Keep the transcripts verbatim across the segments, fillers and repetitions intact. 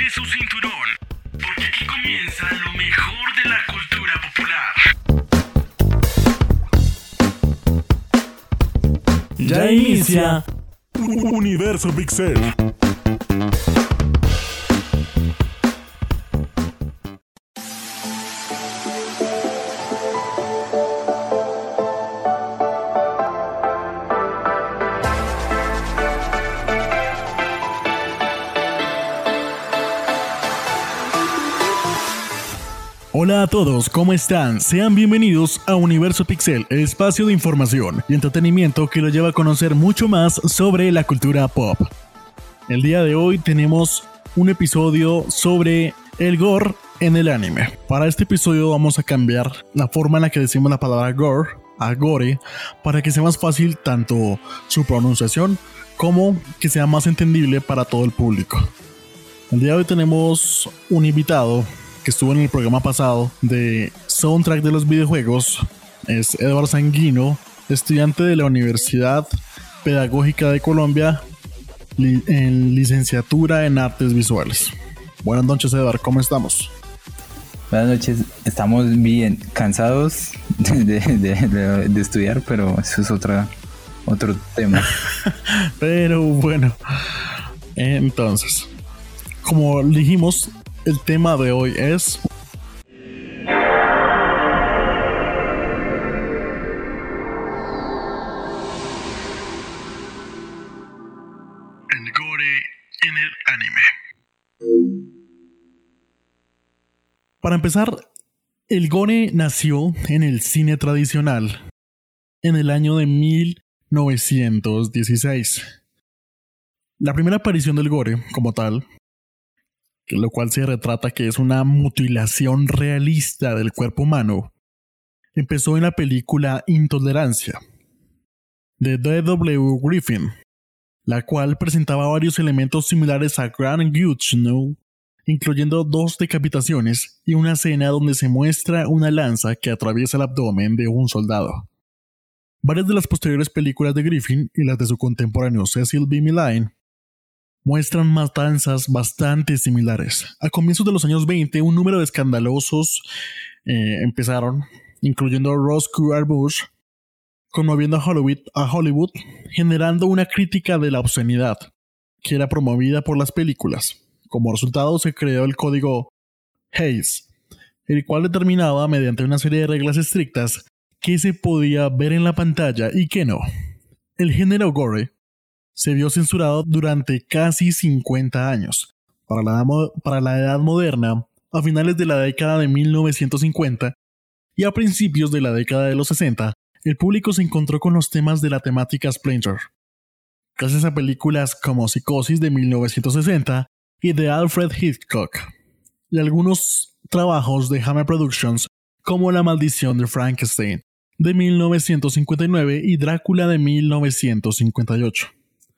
su cinturón, porque aquí comienza lo mejor de la cultura popular. Ya inicia Universo Pixel. Hola a todos, ¿cómo están? Sean bienvenidos a Universo Pixel, el espacio de información y entretenimiento que los lleva a conocer mucho más sobre la cultura pop. El día de hoy tenemos un episodio sobre el gore en el anime. Para este episodio vamos a cambiar la forma en la que decimos la palabra gore a gore para que sea más fácil tanto su pronunciación como que sea más entendible para todo el público. El día de hoy tenemos un invitado que estuvo en el programa pasado de Soundtrack de los videojuegos. Es Eduardo Sanguino, estudiante de la Universidad Pedagógica de Colombia li- en licenciatura en Artes Visuales. Buenas noches, Eduardo, ¿cómo estamos? Buenas noches, estamos bien cansados de, de, de, de estudiar, pero eso es otra, otro tema. Pero bueno, entonces, como dijimos, el tema de hoy es el gore en el anime. Para empezar, el gore nació en el cine tradicional en el año de mil novecientos dieciséis. La primera aparición del gore como tal, lo cual se retrata que es una mutilación realista del cuerpo humano, empezó en la película Intolerancia de D W Griffin, la cual presentaba varios elementos similares a Grand Guignol, incluyendo dos decapitaciones y una escena donde se muestra una lanza que atraviesa el abdomen de un soldado. Varias de las posteriores películas de Griffin y las de su contemporáneo Cecil B. DeMille muestran matanzas bastante similares. A comienzos de los años veinte, un número de escandalosos eh, empezaron, incluyendo Roscoe Bush, conmoviendo a Hollywood, a Hollywood, generando una crítica de la obscenidad, que era promovida por las películas. Como resultado, se creó el código Hays, el cual determinaba, mediante una serie de reglas estrictas, qué se podía ver en la pantalla y qué no. El género gore se vio censurado durante casi cincuenta años. Para la, para la edad moderna, a finales de la década de mil novecientos cincuenta y a principios de la década de los sesenta, el público se encontró con los temas de la temática Splinter, gracias a películas como Psicosis de mil novecientos sesenta y de Alfred Hitchcock, y algunos trabajos de Hammer Productions como La Maldición de Frankenstein de mil novecientos cincuenta y nueve y Drácula de mil novecientos cincuenta y ocho.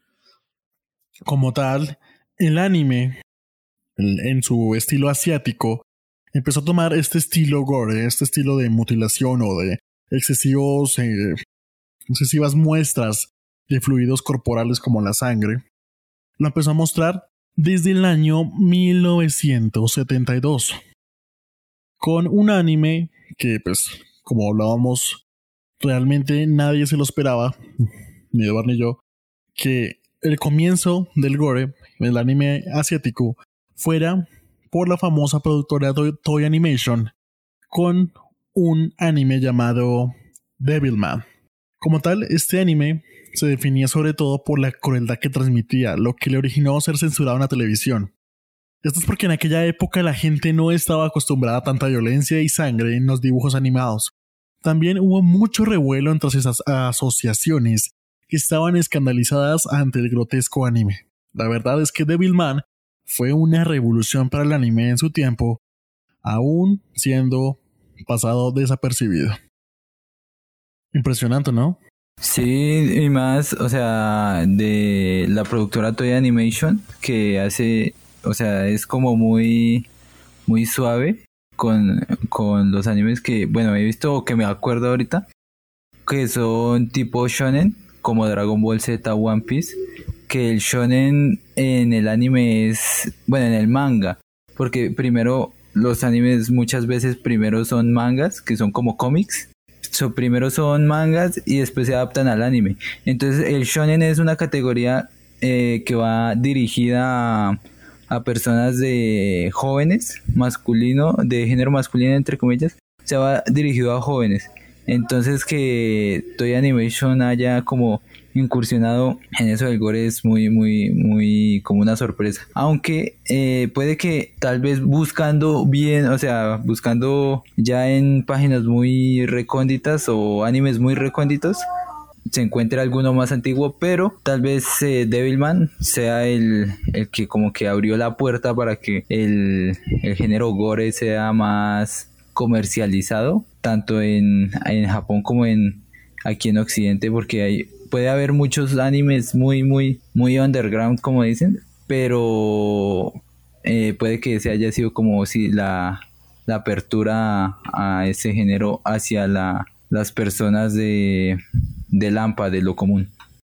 Como tal, el anime, en su estilo asiático, empezó a tomar este estilo gore, este estilo de mutilación o de excesivos, eh, excesivas muestras de fluidos corporales como la sangre. Lo empezó a mostrar desde el año mil novecientos setenta y dos, con un anime que, pues, como hablábamos, realmente nadie se lo esperaba, ni Eduardo ni yo, que el comienzo del gore, el anime asiático, fuera por la famosa productora Toei Animation con un anime llamado Devilman. Como tal, este anime se definía sobre todo por la crueldad que transmitía, lo que le originó ser censurado en la televisión. Esto es porque en aquella época la gente no estaba acostumbrada a tanta violencia y sangre en los dibujos animados. También hubo mucho revuelo entre esas asociaciones que estaban escandalizadas ante el grotesco anime. La verdad es que Devilman fue una revolución para el anime en su tiempo, aún siendo pasado desapercibido. Impresionante, ¿no? Sí, y más, o sea, de la productora Toei Animation, que hace, o sea, es como muy, muy suave con, con los animes que, bueno, he visto o que me acuerdo ahorita, que son tipo shonen, como Dragon Ball Z, One Piece, que el shonen en el anime es, bueno, en el manga, porque primero los animes muchas veces primero son mangas, que son como cómics. So, primero son mangas y después se adaptan al anime. Entonces el shonen es una categoría eh, que va dirigida a, a personas de jóvenes, masculino, de género masculino entre comillas, se va dirigido a jóvenes. Entonces que Toei Animation haya como incursionado en eso del gore es muy muy muy como una sorpresa, aunque eh, puede que tal vez buscando bien, o sea, buscando ya en páginas muy recónditas o animes muy recónditos se encuentre alguno más antiguo, pero tal vez eh, Devilman sea el, el que como que abrió la puerta para que el, el género gore sea más comercializado, tanto en, en Japón como en aquí en Occidente, porque hay, puede haber muchos animes muy, muy, muy underground, como dicen, pero eh, puede que se haya sido como si la, la apertura a, a ese género hacia la, las personas de, de Lampa, de lo común.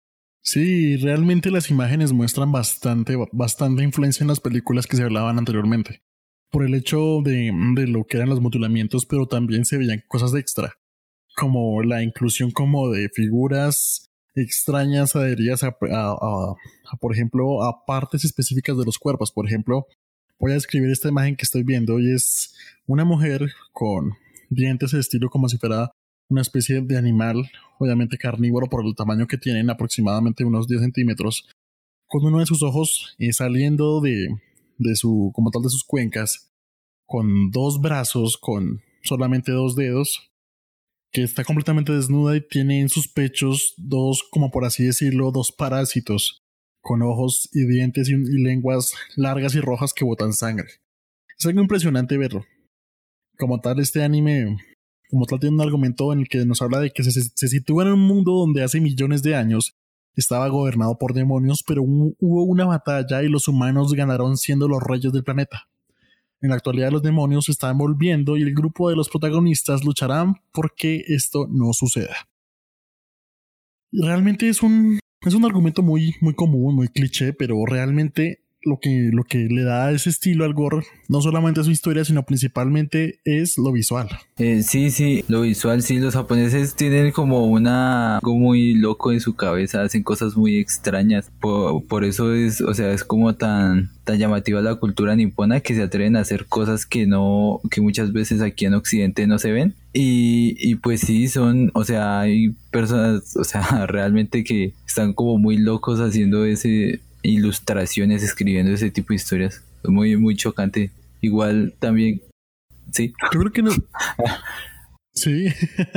Sí, realmente las imágenes muestran bastante, bastante influencia en las películas que se hablaban anteriormente. Por el hecho de, de lo que eran los mutilamientos, pero también se veían cosas extra, como la inclusión como de figuras extrañas adheridas a, a, a, a, por ejemplo, a partes específicas de los cuerpos. Por ejemplo, voy a describir esta imagen que estoy viendo y es una mujer con dientes de estilo como si fuera una especie de animal, obviamente carnívoro por el tamaño que tienen, aproximadamente unos diez centímetros, con uno de sus ojos eh, saliendo de, de su, como tal de sus cuencas, con dos brazos, con solamente dos dedos, que está completamente desnuda y tiene en sus pechos dos, como por así decirlo, dos parásitos, con ojos y dientes y, y lenguas largas y rojas que botan sangre. Es algo impresionante verlo. Como tal, este anime, como tal, tiene un argumento en el que nos habla de que se, se sitúa en un mundo donde hace millones de años estaba gobernado por demonios, pero un, hubo una batalla y los humanos ganaron siendo los reyes del planeta. En la actualidad los demonios se están volviendo y el grupo de los protagonistas lucharán porque esto no suceda. Realmente es un, es un argumento muy, muy común, muy cliché, pero realmente lo que, lo que le da ese estilo al gore no solamente es su historia, sino principalmente es lo visual. Eh, sí, sí, lo visual, sí, los japoneses tienen como una algo muy loco en su cabeza, hacen cosas muy extrañas, por, por eso es, o sea, es como tan tan llamativa la cultura nipona que se atreven a hacer cosas que no, que muchas veces aquí en Occidente no se ven. Y, y pues sí, son, o sea, hay personas, o sea, realmente que están como muy locos haciendo ese ilustraciones, escribiendo ese tipo de historias. Muy, muy chocante. Igual también, sí. Yo creo que no. Sí.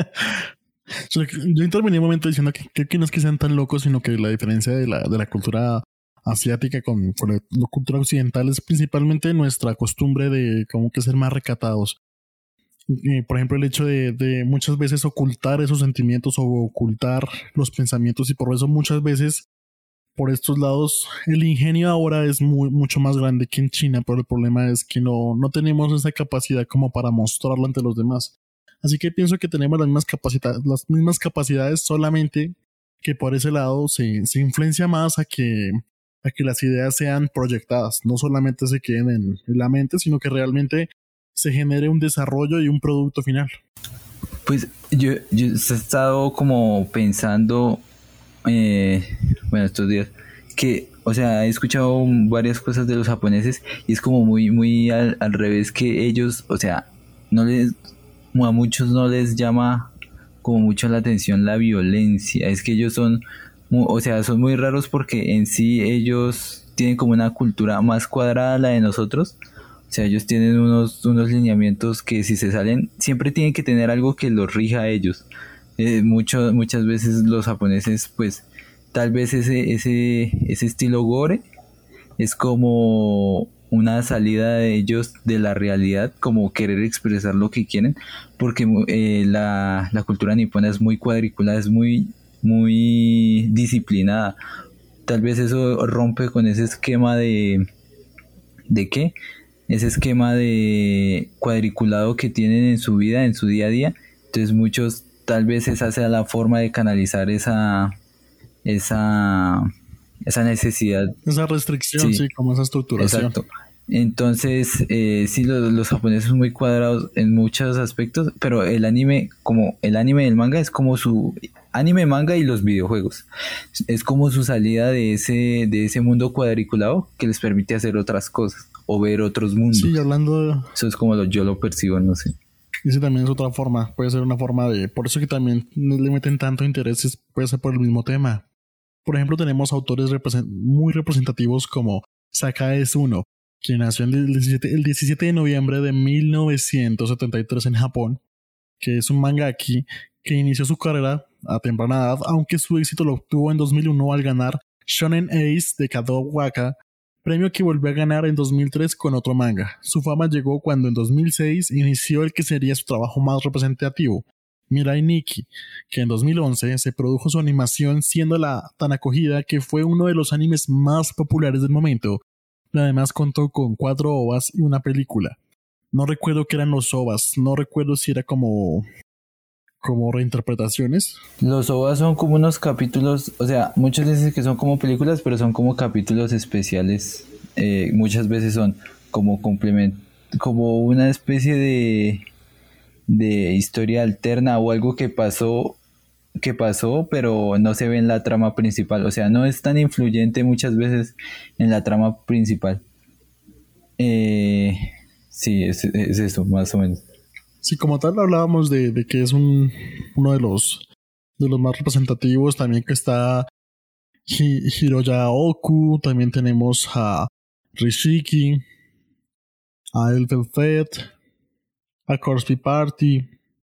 Yo, yo intervení un momento diciendo que, que, que no es que sean tan locos, sino que la diferencia de la, de la cultura asiática con, con la, la cultura occidental es principalmente nuestra costumbre de como que ser más recatados. Eh, por ejemplo, el hecho de, de muchas veces ocultar esos sentimientos o ocultar los pensamientos, y por eso muchas veces por estos lados el ingenio ahora es muy, mucho más grande que en China, pero el problema es que no, no tenemos esa capacidad como para mostrarlo ante los demás. Así que pienso que tenemos las mismas capacidades, las mismas capacidades, solamente que por ese lado se, se influencia más a que, a que las ideas sean proyectadas, no solamente se queden en, en la mente, sino que realmente se genere un desarrollo y un producto final. Pues yo, yo he estado como pensando, eh, bueno, estos días, que, o sea, he escuchado varias cosas de los japoneses y es como muy, muy al, al revés, que ellos, o sea, no les, a muchos no les llama como mucho la atención la violencia. Es que ellos son, o sea, son muy raros porque en sí ellos tienen como una cultura más cuadrada a la de nosotros. O sea, ellos tienen unos, unos lineamientos que si se salen, siempre tienen que tener algo que los rija a ellos. Eh, mucho, muchas veces los japoneses, pues, tal vez ese, ese, ese estilo gore es como una salida de ellos de la realidad, como querer expresar lo que quieren, porque eh, la, la cultura nipona es muy cuadriculada, es muy, muy disciplinada. Tal vez eso rompe con ese esquema de... ¿De qué? Ese esquema de cuadriculado que tienen en su vida, en su día a día. Entonces muchos, tal vez esa sea la forma de canalizar esa, esa, esa necesidad. Esa restricción, Sí, sí, como esa estructuración. exacto. Entonces, eh, sí, los, los japoneses son muy cuadrados en muchos aspectos, pero el anime, como el anime y el manga, es como su anime, manga y los videojuegos. Es como su salida de ese, de ese mundo cuadriculado que les permite hacer otras cosas o ver otros mundos. Sí, hablando de... Eso es como lo, yo lo percibo, no sé. Ese también es otra forma, puede ser una forma de... Por eso que también no le meten tanto intereses, puede ser por el mismo tema. Por ejemplo, tenemos autores represent- muy representativos como Sakae Suno, quien nació el diecisiete, el diecisiete de noviembre de mil novecientos setenta y tres en Japón, que es un mangaka que inició su carrera a temprana edad, aunque su éxito lo obtuvo en dos mil uno al ganar Shonen Ace de Kadokawa, premio que volvió a ganar en dos mil tres con otro manga. Su fama llegó cuando en dos mil seis inició el que sería su trabajo más representativo, Mirai Nikki, que en dos mil once se produjo su animación siendo la tan acogida que fue uno de los animes más populares del momento. Además contó con cuatro O V As y una película. No recuerdo qué eran los O V As, no recuerdo si era como, como reinterpretaciones. Los O V As son como unos capítulos, o sea, muchas veces que son como películas, pero son como capítulos especiales. Eh, muchas veces son como complemento, como una especie de, de historia alterna o algo que pasó, que pasó, pero no se ve en la trama principal. O sea, no es tan influyente muchas veces en la trama principal. Eh, sí, es, es eso, más o menos. Sí, como tal hablábamos de, de que es un, uno de los, de los más representativos, también que está Hi- Hiroya Oku, también tenemos a Rishiki, a Elfenfett, a Corpse Party.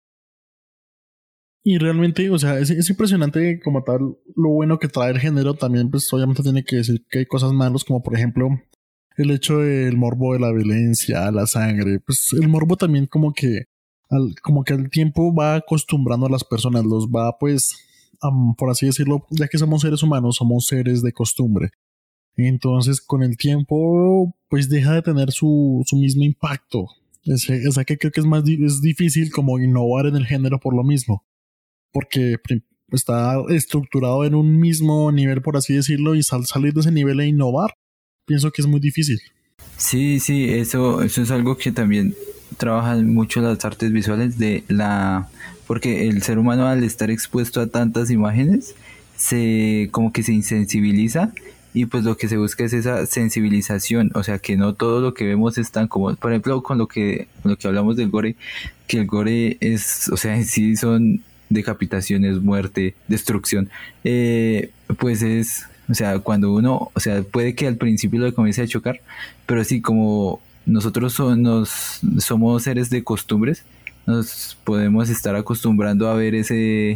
Y realmente, o sea, es, es impresionante como tal lo bueno que trae el género. También, pues obviamente tiene que decir que hay cosas malas, como por ejemplo el hecho del morbo de la violencia, la sangre. Pues el morbo también como que al, como que al tiempo va acostumbrando a las personas, los va pues, um, por así decirlo, ya que somos seres humanos, somos seres de costumbre. Entonces con el tiempo pues deja de tener su, su mismo impacto. O sea, o sea que creo que es más di- es difícil como innovar en el género por lo mismo porque está estructurado en un mismo nivel, por así decirlo, y sal salir de ese nivel e innovar, pienso que es muy difícil. Sí, sí, eso, eso es algo que también trabajan mucho las artes visuales de la, porque el ser humano al estar expuesto a tantas imágenes, se como que se insensibiliza y pues lo que se busca es esa sensibilización, o sea que no todo lo que vemos es tan como, por ejemplo, con lo que, con lo que hablamos del gore, que el gore es, o sea, en sí son decapitaciones, muerte, destrucción, eh, pues es, o sea, cuando uno, o sea, puede que al principio lo comience a chocar, pero sí, como nosotros son, nos, somos seres de costumbres, nos podemos estar acostumbrando a ver ese,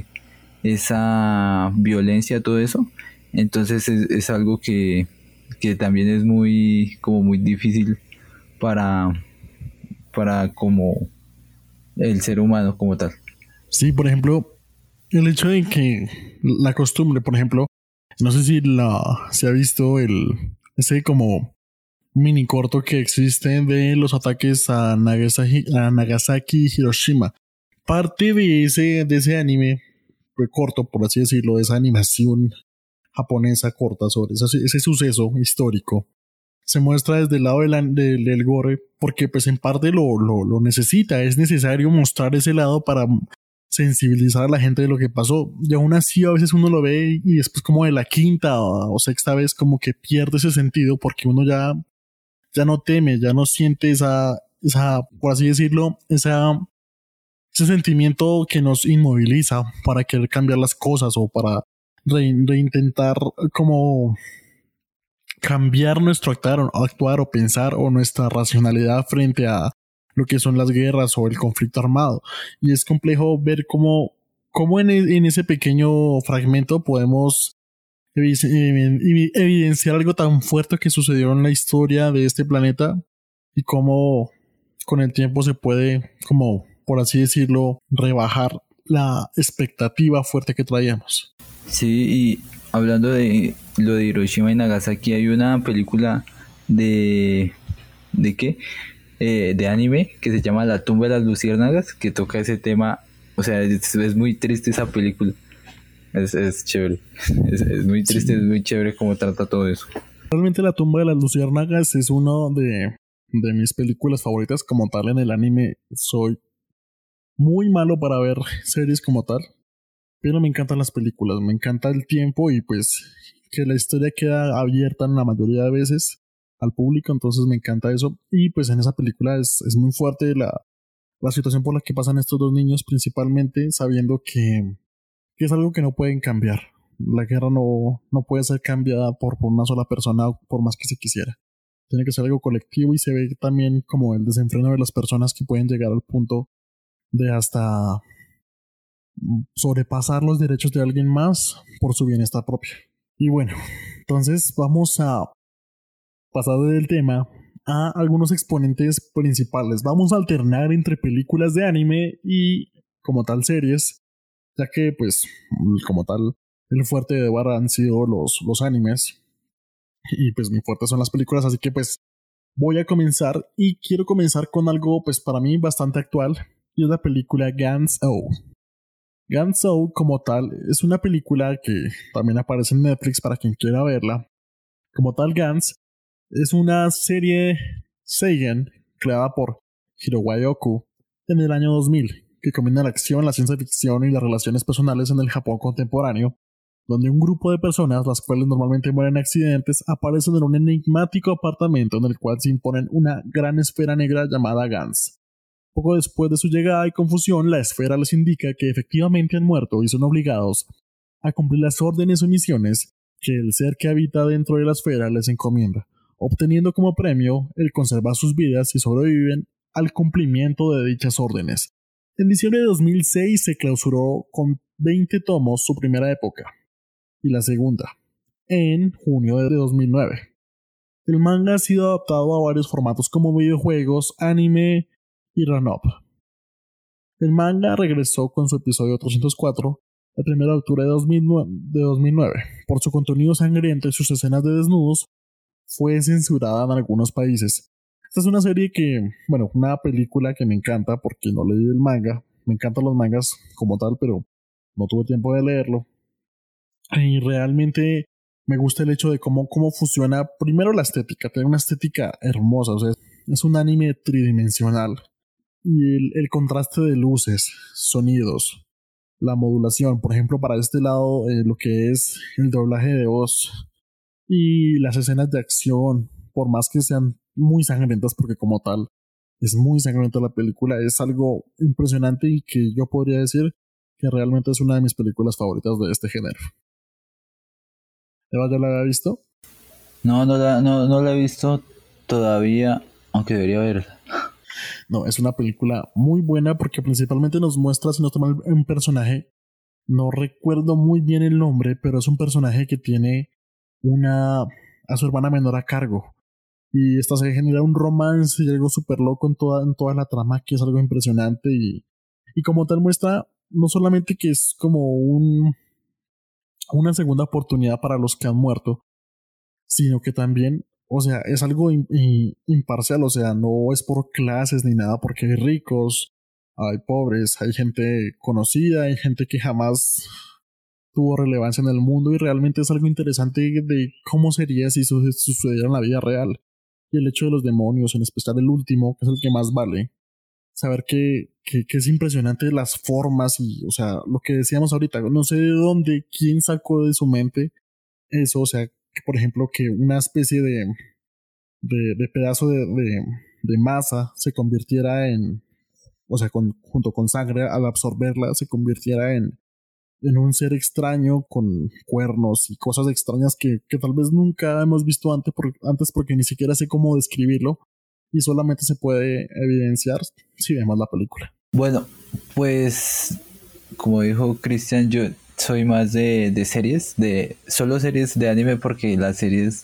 esa violencia, todo eso, entonces es, es algo que, que también es muy, como muy difícil para, para como el ser humano como tal. Sí, por ejemplo, el hecho de que la costumbre, por ejemplo, no sé si la se ha visto el ese como mini corto que existe de los ataques a Nagasaki, a Nagasaki y Hiroshima. Parte de ese, de ese anime fue corto, por así decirlo, de esa animación japonesa corta sobre ese, ese suceso histórico. Se muestra desde el lado del, del, del gore porque pues en parte lo, lo, lo necesita, es necesario mostrar ese lado para sensibilizar a la gente de lo que pasó. Y aún así a veces uno lo ve y después como de la quinta o, o sexta vez como que pierde ese sentido porque uno ya, ya no teme, ya no siente esa, esa, por así decirlo, esa, ese sentimiento que nos inmoviliza para querer cambiar las cosas o para re, reintentar como cambiar nuestro actuar, actuar o pensar o nuestra racionalidad frente a lo que son las guerras o el conflicto armado. Y es complejo ver cómo, cómo en, en ese pequeño fragmento podemos evidenciar algo tan fuerte que sucedió en la historia de este planeta y cómo con el tiempo se puede, como por así decirlo, rebajar la expectativa fuerte que traíamos. Sí, y hablando de lo de Hiroshima y Nagasaki, hay una película de... ¿De qué? Eh, de anime que se llama La tumba de las luciérnagas, que toca ese tema, o sea, es, es muy triste esa película. es, es chévere. Es, es muy triste, sí. Es muy chévere cómo trata todo eso. Realmente La tumba de las luciérnagas es uno de, de mis películas favoritas como tal en el anime. Soy muy malo para ver series como tal, pero me encantan las películas, me encanta el tiempo y pues que la historia queda abierta en la mayoría de veces al público, entonces me encanta eso. Y pues en esa película es, es muy fuerte la, la situación por la que pasan estos dos niños, principalmente sabiendo que, que es algo que no pueden cambiar. La guerra no, no puede ser cambiada por, por una sola persona, por más que se quisiera. Tiene que ser algo colectivo y se ve también como el desenfreno de las personas que pueden llegar al punto de hasta sobrepasar los derechos de alguien más por su bienestar propio. Y bueno, entonces vamos a pasar del tema a algunos exponentes principales. Vamos a alternar entre películas de anime y como tal series, ya que pues como tal el fuerte de Bar han sido los, los animes y pues mi fuerte son las películas, así que pues voy a comenzar y quiero comenzar con algo pues para mí bastante actual y es la película Guns-O. Guns-O como tal es una película que también aparece en Netflix para quien quiera verla. Como tal, Guns es una serie Seigen creada por Hirowae Oku en el año dos mil, que combina la acción, la ciencia ficción y las relaciones personales en el Japón contemporáneo, donde un grupo de personas, las cuales normalmente mueren en accidentes, aparecen en un enigmático apartamento en el cual se imponen una gran esfera negra llamada Guns. Poco después de su llegada y confusión, la esfera les indica que efectivamente han muerto y son obligados a cumplir las órdenes o misiones que el ser que habita dentro de la esfera les encomienda, obteniendo como premio el conservar sus vidas si sobreviven al cumplimiento de dichas órdenes. En diciembre de dos mil seis se clausuró con veinte tomos su primera época, y la segunda, en junio de dos mil nueve. El manga ha sido adaptado a varios formatos como videojuegos, anime y run-up. El manga regresó con su episodio trescientos cuatro el primero de octubre de dos mil nueve. Por su contenido sangriento y sus escenas de desnudos, fue censurada en algunos países. Esta es una serie que, bueno, una película que me encanta porque no leí el manga. Me encantan los mangas como tal, pero no tuve tiempo de leerlo. Y realmente me gusta el hecho de cómo, cómo funciona, primero la estética, tiene una estética hermosa, o sea, es un anime tridimensional. Y el, el contraste de luces, sonidos, la modulación, por ejemplo, para este lado, eh, lo que es el doblaje de voz y las escenas de acción, por más que sean muy sangrientas, porque como tal es muy sangrienta la película, es algo impresionante y que yo podría decir que realmente es una de mis películas favoritas de este género. ¿Eva ya la había visto? No, no la, no, no la he visto todavía, aunque debería verla. No, es una película muy buena porque principalmente nos muestra, si no está mal, un personaje, no recuerdo muy bien el nombre, pero es un personaje que tiene una a su hermana menor a cargo. Y esta se genera un romance y algo súper loco en toda, en toda la trama, que es algo impresionante. Y, y como tal muestra, no solamente que es como un, una segunda oportunidad para los que han muerto, sino que también, o sea, es algo in, in, imparcial, o sea, no es por clases ni nada, porque hay ricos, hay pobres, hay gente conocida, hay gente que jamás tuvo relevancia en el mundo y realmente es algo interesante de cómo sería si eso sucediera en la vida real. Y el hecho de los demonios, en especial el último, que es el que más vale, saber que, que, que es impresionante las formas y, o sea, lo que decíamos ahorita, no sé de dónde, quién sacó de su mente eso, o sea, que por ejemplo que una especie de, de, de pedazo de, de, de masa se convirtiera en, o sea, con, junto con sangre, al absorberla, se convirtiera en en un ser extraño con cuernos y cosas extrañas que, que tal vez nunca hemos visto antes, por, antes porque ni siquiera sé cómo describirlo y solamente se puede evidenciar si vemos la película. Bueno, pues como dijo Cristian, yo soy más de, de series, de solo series de anime porque las series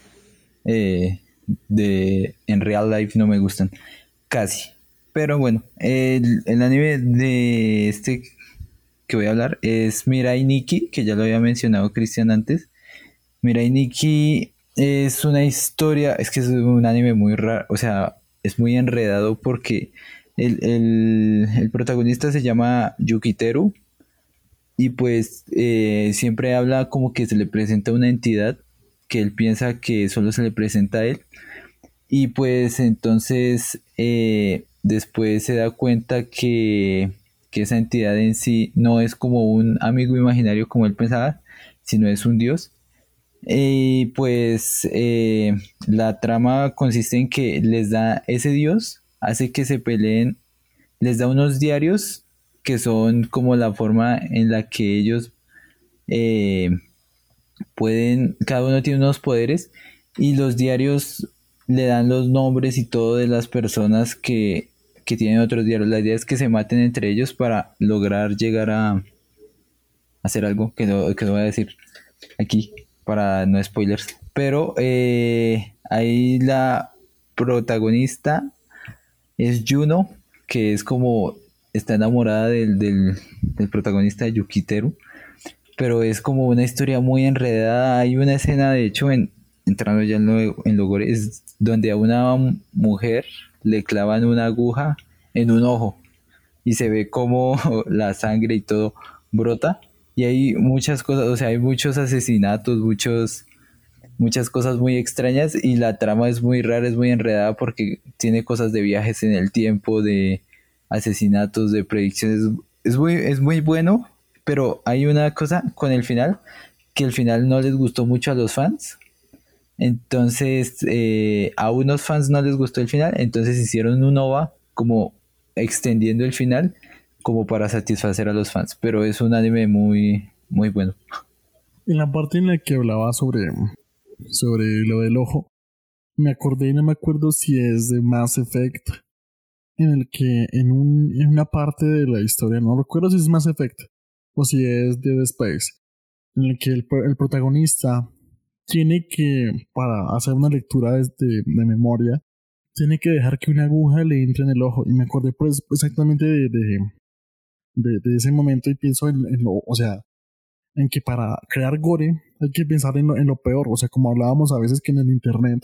eh, de en real life no me gustan casi. Pero bueno, el, el anime de este que voy a hablar es Mirai Nikki, que ya lo había mencionado Cristian antes. Mirai Nikki es una historia, es que es un anime muy raro, o sea, es muy enredado porque el, el, el protagonista se llama Yukiteru y pues eh, siempre habla como que se le presenta una entidad que él piensa que solo se le presenta a él, y pues entonces eh, después se da cuenta que, que esa entidad en sí no es como un amigo imaginario como él pensaba, sino es un dios. Y pues eh, la trama consiste en que les da ese dios, hace que se peleen, les da unos diarios que son como la forma en la que ellos eh, pueden, cada uno tiene unos poderes, y los diarios le dan los nombres y todo de las personas que, que tienen otros diarios. La idea es que se maten entre ellos para lograr llegar a hacer algo que no, que no voy a decir aquí para no spoilers. Pero eh, ahí la protagonista es Juno, que es como está enamorada del, del, del protagonista de Yukiteru, pero es como una historia muy enredada. Hay una escena, de hecho, en, entrando ya en lo, en lo gore, es donde a una mujer le clavan una aguja en un ojo y se ve como la sangre y todo brota. Y hay muchas cosas, o sea, hay muchos asesinatos, muchos, muchas cosas muy extrañas, y la trama es muy rara, es muy enredada porque tiene cosas de viajes en el tiempo, de asesinatos, de predicciones. Es muy, es muy bueno, pero hay una cosa con el final, que el final no les gustó mucho a los fans. Entonces, eh, a unos fans no les gustó el final, entonces hicieron un OVA como extendiendo el final como para satisfacer a los fans, pero es un anime muy, muy bueno. En la parte en la que hablaba sobre, sobre lo del ojo, me acordé y no me acuerdo si es de Mass Effect, en el que en, un, en una parte de la historia, no recuerdo si es Mass Effect o si es Dead Space, en el que el, el protagonista tiene que, para hacer una lectura de, de, de memoria, tiene que dejar que una aguja le entre en el ojo. Y me acordé pues exactamente de, de, de, de ese momento, y pienso en, en lo, o sea, en que para crear gore hay que pensar en lo, en lo peor. O sea, como hablábamos a veces que en el internet,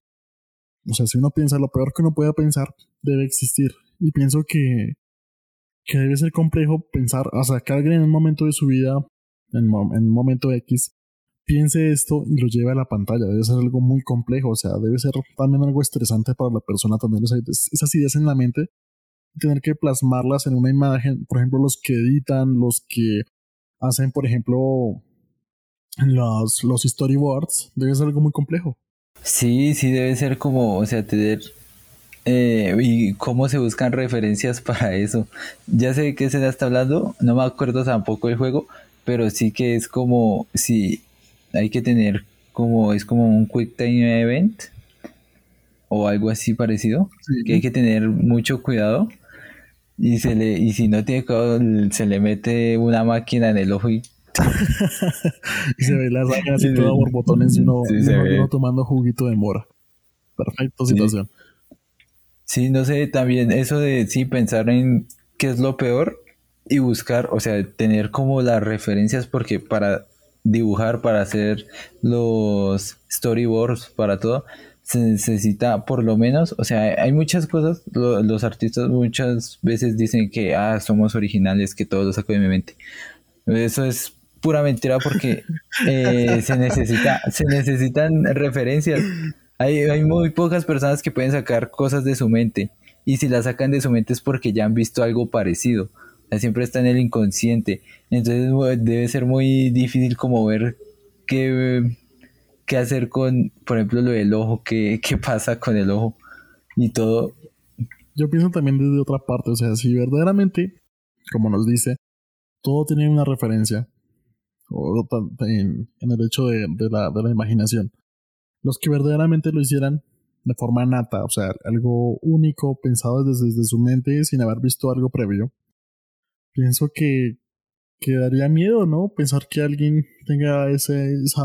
o sea, si uno piensa lo peor que uno pueda pensar, debe existir. Y pienso que, que debe ser complejo pensar, o sea, que alguien en un momento de su vida, en, en un momento X, piense esto y lo lleve a la pantalla. Debe ser algo muy complejo, o sea, debe ser también algo estresante para la persona tener esas, esas ideas en la mente, tener que plasmarlas en una imagen. Por ejemplo, los que editan, los que hacen, por ejemplo, los, los storyboards, debe ser algo muy complejo. Sí, sí debe ser como, o sea, tener eh, y cómo se buscan referencias para eso. Ya sé de qué se está hablando, no me acuerdo tampoco del juego, pero sí que es como si hay que tener como es como un quick time event o algo así parecido, que hay Sí. que tener mucho cuidado, y se le y si no tiene cuidado se le mete una máquina en el ojo y Y se ve la sangre así toda borbotones, y uno, sí y se uno, y uno ve. tomando juguito de mora. Perfecto Sí. situación. Sí, no sé, también eso de sí pensar en qué es lo peor y buscar, o sea, tener como las referencias, porque para dibujar, para hacer los storyboards, para todo, se necesita por lo menos, o sea, hay muchas cosas, lo- los artistas muchas veces dicen que, ah, somos originales, que todo lo saco de mi mente. Eso es pura mentira porque eh, se necesita, se necesitan referencias. Hay, hay muy pocas personas que pueden sacar cosas de su mente, y si las sacan de su mente es porque ya han visto algo parecido. O sea, siempre está en el inconsciente. Entonces bu- debe ser muy difícil como ver qué, qué hacer con, por ejemplo, lo del ojo, qué, qué pasa con el ojo y todo. Yo pienso también desde otra parte, o sea, si verdaderamente, como nos dice, todo tiene una referencia, o ta- en, en el hecho de, de la, de la imaginación. Los que verdaderamente lo hicieran de forma nata, o sea, algo único, pensado desde, desde su mente, sin haber visto algo previo, pienso que, que daría miedo, ¿no? Pensar que alguien tenga ese, esa,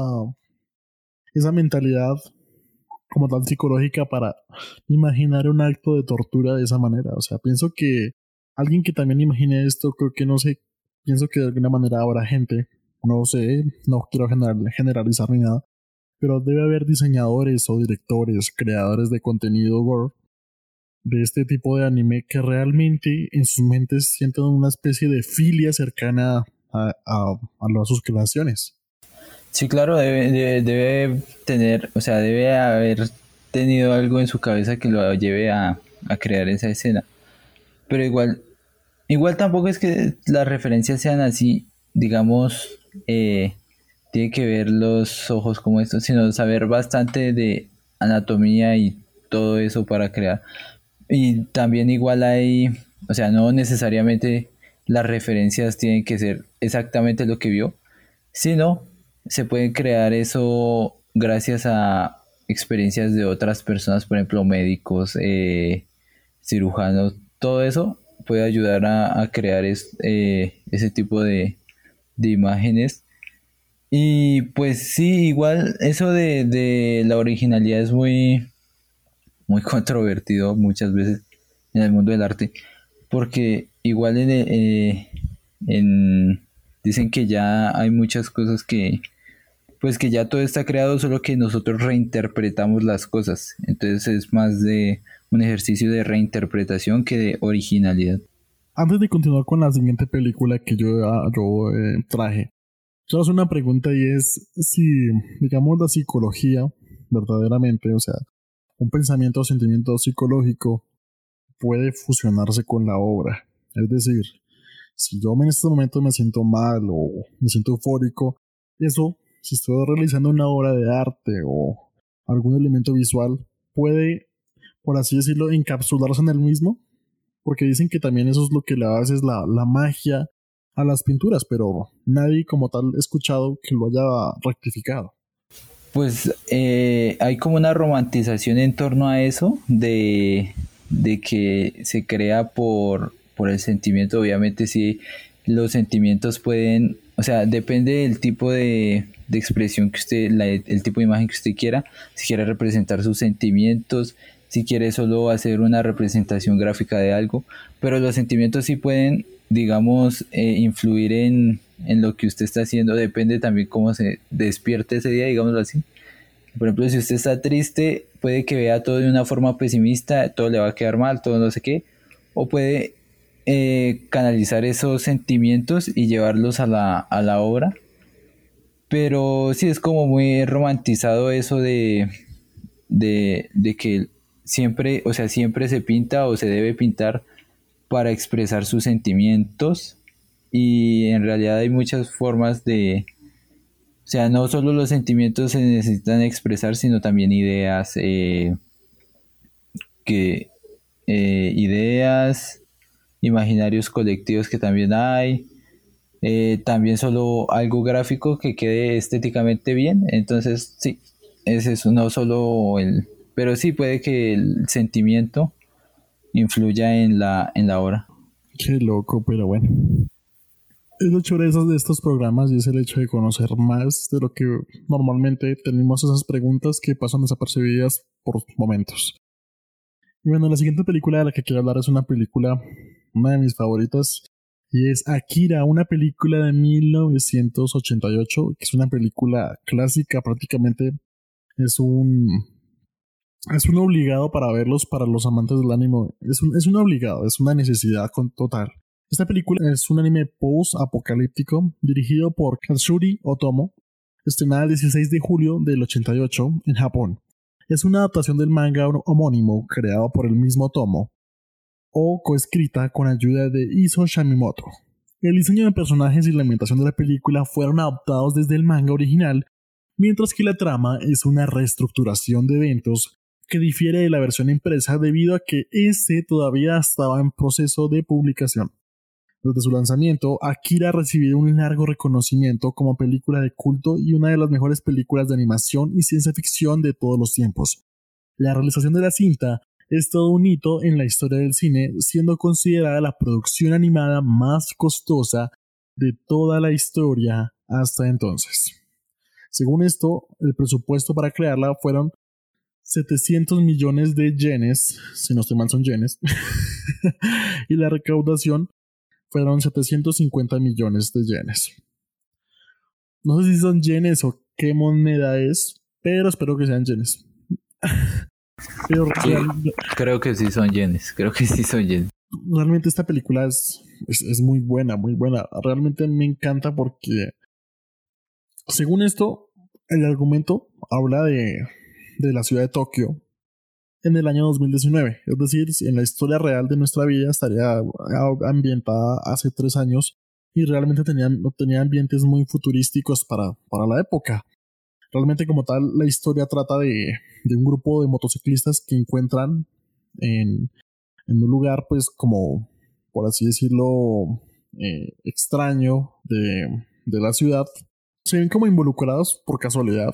esa mentalidad como tal psicológica para imaginar un acto de tortura de esa manera. O sea, pienso que alguien que también imagine esto, creo que no sé, pienso que de alguna manera habrá gente, no sé, no quiero general- generalizar ni nada, pero debe haber diseñadores o directores, creadores de contenido gore de este tipo de anime que realmente en sus mentes sienten una especie de filia cercana a, a, a las- sus creaciones. Sí, claro, debe, debe, debe tener, o sea, debe haber tenido algo en su cabeza que lo lleve a, a crear esa escena. Pero igual, igual tampoco es que las referencias sean así, digamos, eh, tiene que ver los ojos como esto, sino saber bastante de anatomía y todo eso para crear. Y también igual hay, o sea, no necesariamente las referencias tienen que ser exactamente lo que vio, sino se puede crear eso gracias a experiencias de otras personas, por ejemplo, médicos, eh, cirujanos, todo eso puede ayudar a, a crear es- eh, ese tipo de, de imágenes. Y pues sí, igual eso de, de la originalidad es muy, muy controvertido muchas veces en el mundo del arte, porque igual en, el- eh, en- dicen que ya hay muchas cosas que, pues que ya todo está creado, solo que nosotros reinterpretamos las cosas. Entonces es más de un ejercicio de reinterpretación que de originalidad. Antes de continuar con la siguiente película que yo, ah, yo eh, traje, quiero hacer una pregunta y es si, digamos, la psicología, verdaderamente, o sea, un pensamiento o sentimiento psicológico puede fusionarse con la obra. Es decir, si yo en este momento me siento mal o me siento eufórico, eso, si estoy realizando una obra de arte o algún elemento visual, puede, por así decirlo, encapsularse en el mismo, porque dicen que también eso es lo que le hace es la, la magia a las pinturas, pero nadie como tal he escuchado que lo haya rectificado. Pues eh, hay como una romantización en torno a eso, de, de que se crea por, por el sentimiento. Obviamente sí, los sentimientos pueden, o sea, depende del tipo de, de expresión que usted, la- el tipo de imagen que usted quiera, si quiere representar sus sentimientos, si quiere solo hacer una representación gráfica de algo, pero los sentimientos sí pueden, digamos, eh, influir en, en lo que usted está haciendo, depende también cómo se despierte ese día, digámoslo así. Por ejemplo, si usted está triste, puede que vea todo de una forma pesimista, todo le va a quedar mal, todo no sé qué, o puede eh, canalizar esos sentimientos y llevarlos a la, a la obra. Pero sí es como muy romantizado eso de, de, de que siempre, o sea, siempre se pinta o se debe pintar para expresar sus sentimientos, y en realidad hay muchas formas de, o sea, no solo los sentimientos se necesitan expresar, sino también ideas, eh, que, eh, ideas, imaginarios colectivos que también hay, eh, también solo algo gráfico que quede estéticamente bien. Entonces, sí, es eso, no solo el, pero sí puede que el sentimiento influya en la, en la obra. Qué loco, pero bueno. Es lo chévere de esos- de estos programas y es el hecho de conocer más de lo que normalmente tenemos esas preguntas que pasan desapercibidas por momentos. Y bueno, la siguiente película de la que quiero hablar es una película, una de mis favoritas, y es Akira, una película de mil novecientos ochenta y ocho, que es una película clásica, prácticamente es un, es un obligado para verlos para los amantes del anime. Es un, es un obligado, es una necesidad con total. Esta película es un anime post-apocalíptico dirigido por Katsuri Otomo, estrenada el dieciséis de julio del ochenta y ocho en Japón. Es una adaptación del manga homónimo creado por el mismo Otomo, o coescrita con ayuda de Iso Shamimoto. El diseño de personajes y la ambientación de la película fueron adaptados desde el manga original, mientras que la trama es una reestructuración de eventos que difiere de la versión impresa debido a que este todavía estaba en proceso de publicación. Desde su lanzamiento, Akira ha recibido un largo reconocimiento como película de culto y una de las mejores películas de animación y ciencia ficción de todos los tiempos. La realización de la cinta es todo un hito en la historia del cine, siendo considerada la producción animada más costosa de toda la historia hasta entonces. Según esto, el presupuesto para crearla fueron setecientos millones de yenes, si no estoy mal son yenes, y la recaudación fueron setecientos cincuenta millones de yenes. No sé si son yenes o qué moneda es, pero espero que sean yenes. Pero Sí, real, creo que sí son yenes, creo que sí son yenes. realmente esta película es, es, es muy buena, muy buena. Realmente me encanta porque, según esto, el argumento habla de, de la ciudad de Tokio en el año dos mil diecinueve. Es decir, en la historia real de nuestra vida estaría ambientada hace tres años y realmente tenía, tenía ambientes muy futurísticos para, para la época. Realmente como tal, la historia trata de, de un grupo de motociclistas que encuentran en, en un lugar, pues como, por así decirlo, eh, extraño de, de la ciudad. Se ven como involucrados por casualidad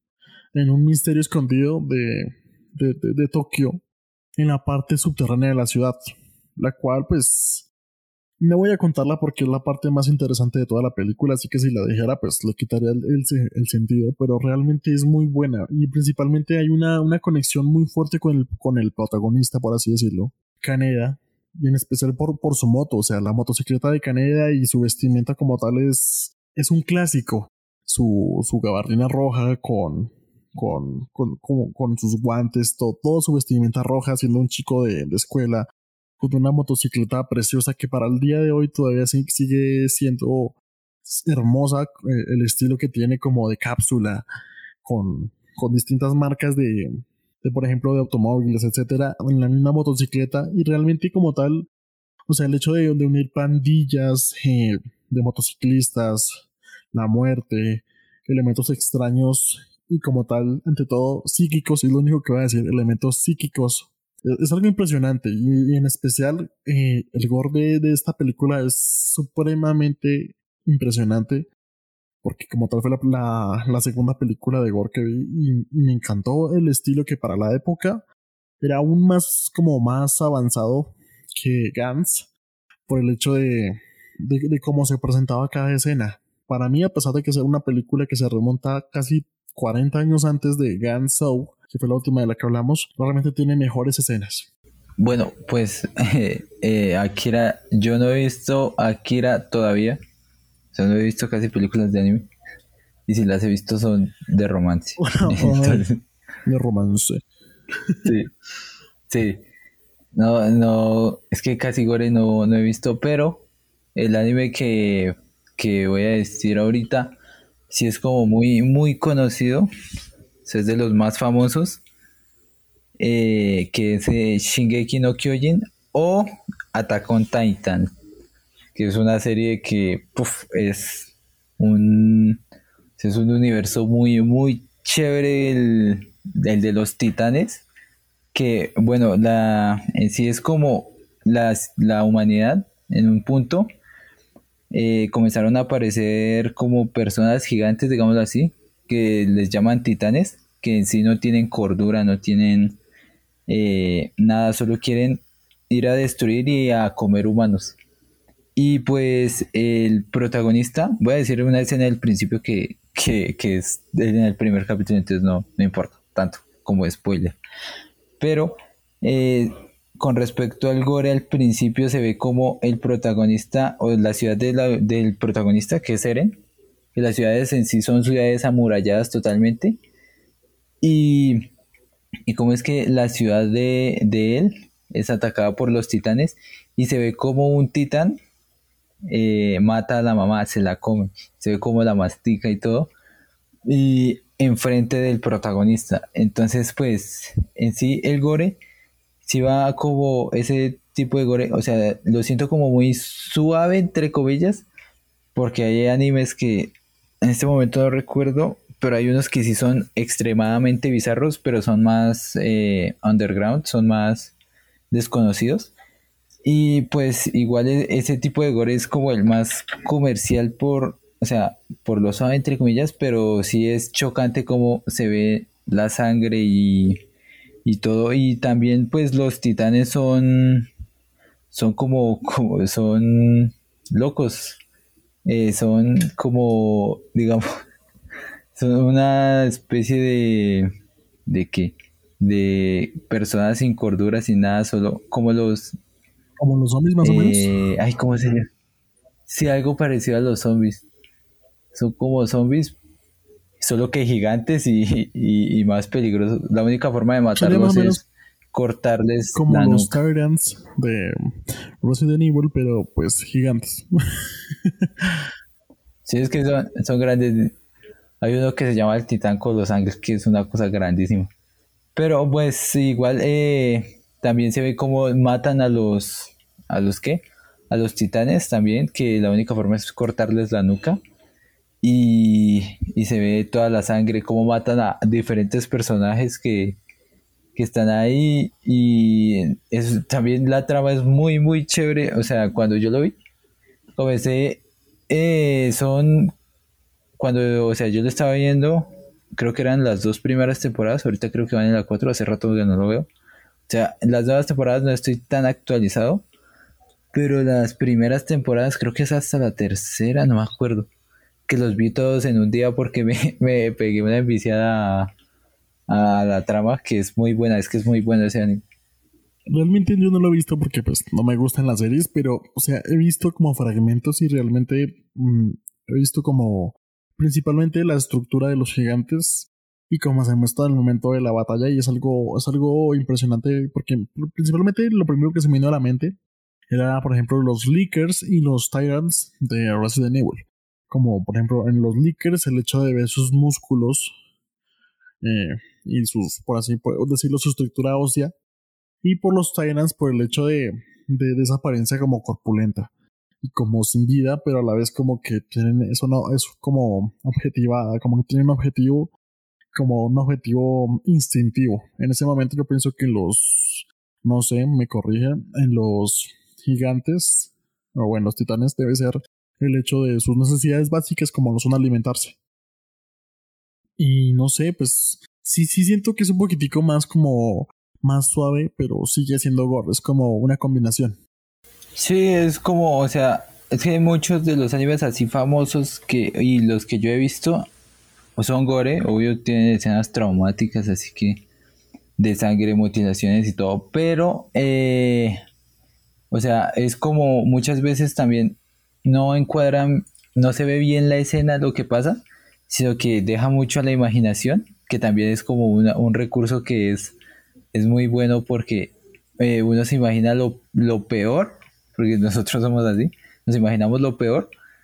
en un misterio escondido de, de, de, de Tokio en la parte subterránea de la ciudad, la cual pues no voy a contarla porque es la parte más interesante de toda la película, así que si la dijera pues le quitaría el, el, el sentido, pero realmente es muy buena y principalmente hay una, una conexión muy fuerte con el, con el protagonista, por así decirlo, Kaneda, y en especial por, por su moto. O sea, la motocicleta de Kaneda y su vestimenta como tal es, es un clásico. Su, su gabardina roja con, con, con, con, con sus guantes, todo, todo su vestimenta roja, siendo un chico de, de escuela, con una motocicleta preciosa que para el día de hoy todavía sigue siendo hermosa, eh, el estilo que tiene como de cápsula, con, con distintas marcas de, de, por ejemplo, de automóviles, etcétera, en la misma motocicleta. Y realmente como tal, o sea, el hecho de, de unir pandillas eh, de motociclistas, la muerte, elementos extraños y como tal, ante todo, psíquicos, es lo único que voy a decir, elementos psíquicos. Es, es algo impresionante y, y en especial eh, el gore de, de esta película es supremamente impresionante porque como tal fue la, la, la segunda película de gore que vi y, y me encantó el estilo que para la época era aún más como más avanzado que Gantz por el hecho de, de, de cómo se presentaba cada escena. Para mí, a pesar de que sea una película que se remonta casi cuarenta años antes de Gantz Show, que fue la última de la que hablamos, realmente tiene mejores escenas. Bueno, pues eh, eh, Akira, yo no he visto Akira todavía, o sea, no he visto casi películas de anime, y si las he visto son de romance. Entonces, de romance. Sí, sí. No, no, es que casi gore no, no he visto, pero el anime que, que voy a decir ahorita sí es como muy, muy conocido, o sea, es de los más famosos, eh, que es eh, Shingeki no Kyojin o Attack on Titan, que es una serie que puf, es un es un universo muy, muy chévere, el, el de los titanes, que bueno, la en sí es como la, la humanidad en un punto eh, comenzaron a aparecer como personas gigantes, digámoslo así, que les llaman titanes, que en sí no tienen cordura, no tienen eh, nada, solo quieren ir a destruir y a comer humanos. Y pues el protagonista, voy a decir una escena del principio que, que, que es en el primer capítulo, entonces no, no importa tanto como spoiler. Pero eh, con respecto al gore, al principio se ve como el protagonista o la ciudad de la, del protagonista, que es Eren, que las ciudades en sí son ciudades amuralladas totalmente. Y, y cómo es que la ciudad de, de él es atacada por los titanes y se ve como un titán eh, mata a la mamá, se la come, se ve como la mastica y todo. Y enfrente del protagonista. Entonces, pues, en sí el gore si va como ese tipo de gore, o sea, lo siento como muy suave, entre comillas, porque hay animes que en este momento no recuerdo, pero hay unos que sí son extremadamente bizarros, pero son más eh, underground, son más desconocidos. Y pues igual ese tipo de gore es como el más comercial por, o sea, por lo suave entre comillas, pero sí es chocante como se ve la sangre y, y todo. Y también pues los titanes son, son como, como son locos, eh, son como, digamos, son una especie de, ¿de qué? De personas sin cordura, sin nada, solo como los... Como los zombies más eh, o menos. Ay, ¿cómo se llama? Sí, algo parecido a los zombies. Son como zombies, solo que gigantes y, y, y más peligrosos. La única forma de Sería más matarlos o menos es cortarles Como la los nuca. Tyrants de Resident Evil, pero pues gigantes. Sí, es que son, son grandes. Hay uno que se llama el Titán con los ángeles, que es una cosa grandísima. Pero pues igual eh, también se ve cómo matan a los... ¿A los qué? A los titanes también, que la única forma es cortarles la nuca. Y, y se ve toda la sangre, cómo matan a diferentes personajes que, que están ahí. Y es, también la trama es muy, muy chévere. O sea, cuando yo lo vi, comencé... eh, son... Cuando, o sea, yo lo estaba viendo, creo que eran las dos primeras temporadas, ahorita creo que van en la cuatro, hace rato que no lo veo. O sea, en las nuevas temporadas no estoy tan actualizado, pero las primeras temporadas, creo que es hasta la tercera, no me acuerdo, que los vi todos en un día porque me, me pegué una enviciada a, a la trama, que es muy buena, es que es muy bueno ese anime. Realmente yo no lo he visto porque pues no me gustan las series, pero o sea, he visto como fragmentos y realmente mm, he visto como principalmente la estructura de los gigantes y cómo se muestra en el momento de la batalla y es algo, es algo impresionante porque principalmente lo primero que se me vino a la mente era por ejemplo los Lickers y los Tyrants de Resident Evil. Como por ejemplo en los Lickers el hecho de ver sus músculos eh, y sus, por así por decirlo, su estructura ósea. Y por los Tyrants por el hecho de, de, de esa apariencia como corpulenta y como sin vida, pero a la vez como que tienen eso, no es como objetivada, como que tienen un objetivo, como un objetivo instintivo. En ese momento yo pienso que los, no sé, me corrigen, en los gigantes o bueno, los titanes debe ser el hecho de sus necesidades básicas como lo son alimentarse. Y no sé, pues sí, sí siento que es un poquitico más como más suave, pero sigue siendo gore, es como una combinación. Sí, es como, o sea, es que hay muchos de los animes así famosos que, y los que yo he visto, o son gore, obvio tienen escenas traumáticas, así que de sangre, mutilaciones y todo, pero, eh, o sea, es como muchas veces también no encuadran, no se ve bien la escena, lo que pasa, sino que deja mucho a la imaginación, que también es como una, un recurso que es, es muy bueno porque eh, uno se imagina lo, lo peor, porque nosotros somos así, nos imaginamos lo peor,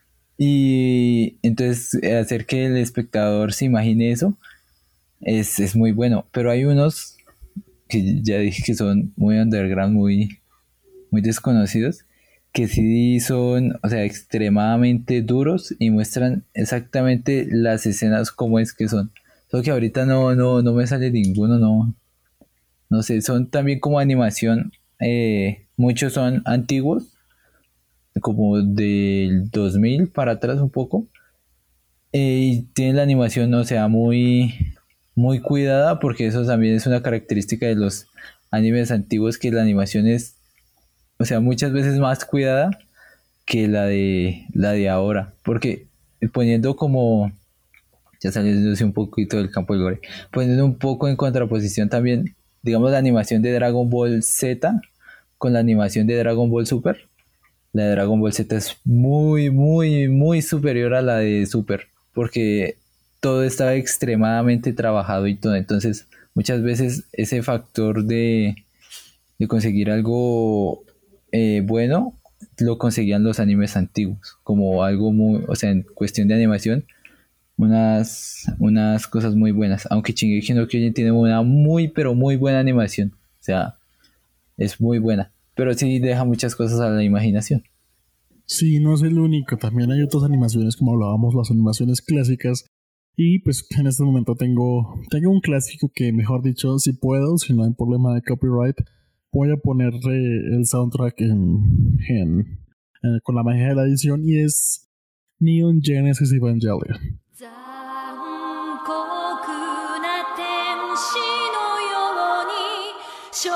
y entonces eh, hacer que el espectador se imagine eso es, es muy bueno, pero hay unos que ya dije que son muy underground, muy, muy desconocidos, que sí son, o sea, extremadamente duros y muestran exactamente las escenas como es que son. Solo que ahorita no, no, no me sale ninguno, no, no sé, son también como animación, eh, muchos son antiguos, como del dos mil para atrás un poco, eh, y tienen la animación, o sea, muy, muy cuidada, porque eso también es una característica de los animes antiguos, que la animación es, o sea, muchas veces más cuidada que la de la de ahora, porque poniendo como, ya saliéndose un poquito del campo del gore, poniendo un poco en contraposición también, digamos, la animación de Dragon Ball Z con la animación de Dragon Ball Super. La de Dragon Ball Z es muy, muy, muy superior a la de Super, porque todo estaba extremadamente trabajado y todo. Entonces, muchas veces ese factor de, de conseguir algo eh, bueno lo conseguían los animes antiguos, como algo muy, o sea, en cuestión de animación, unas, unas cosas muy buenas. Aunque Shingeki no Kyojin tiene una muy, pero muy buena animación, o sea, es muy buena, pero sí deja muchas cosas a la imaginación. Sí, no es el único, también hay otras animaciones como hablábamos, las animaciones clásicas. Y pues en este momento tengo, tengo un clásico que, mejor dicho, si puedo, si no hay problema de copyright, voy a ponerle el soundtrack en, en, en con la magia de la edición, y es Neon Genesis Evangelion. 残酷な天使のように少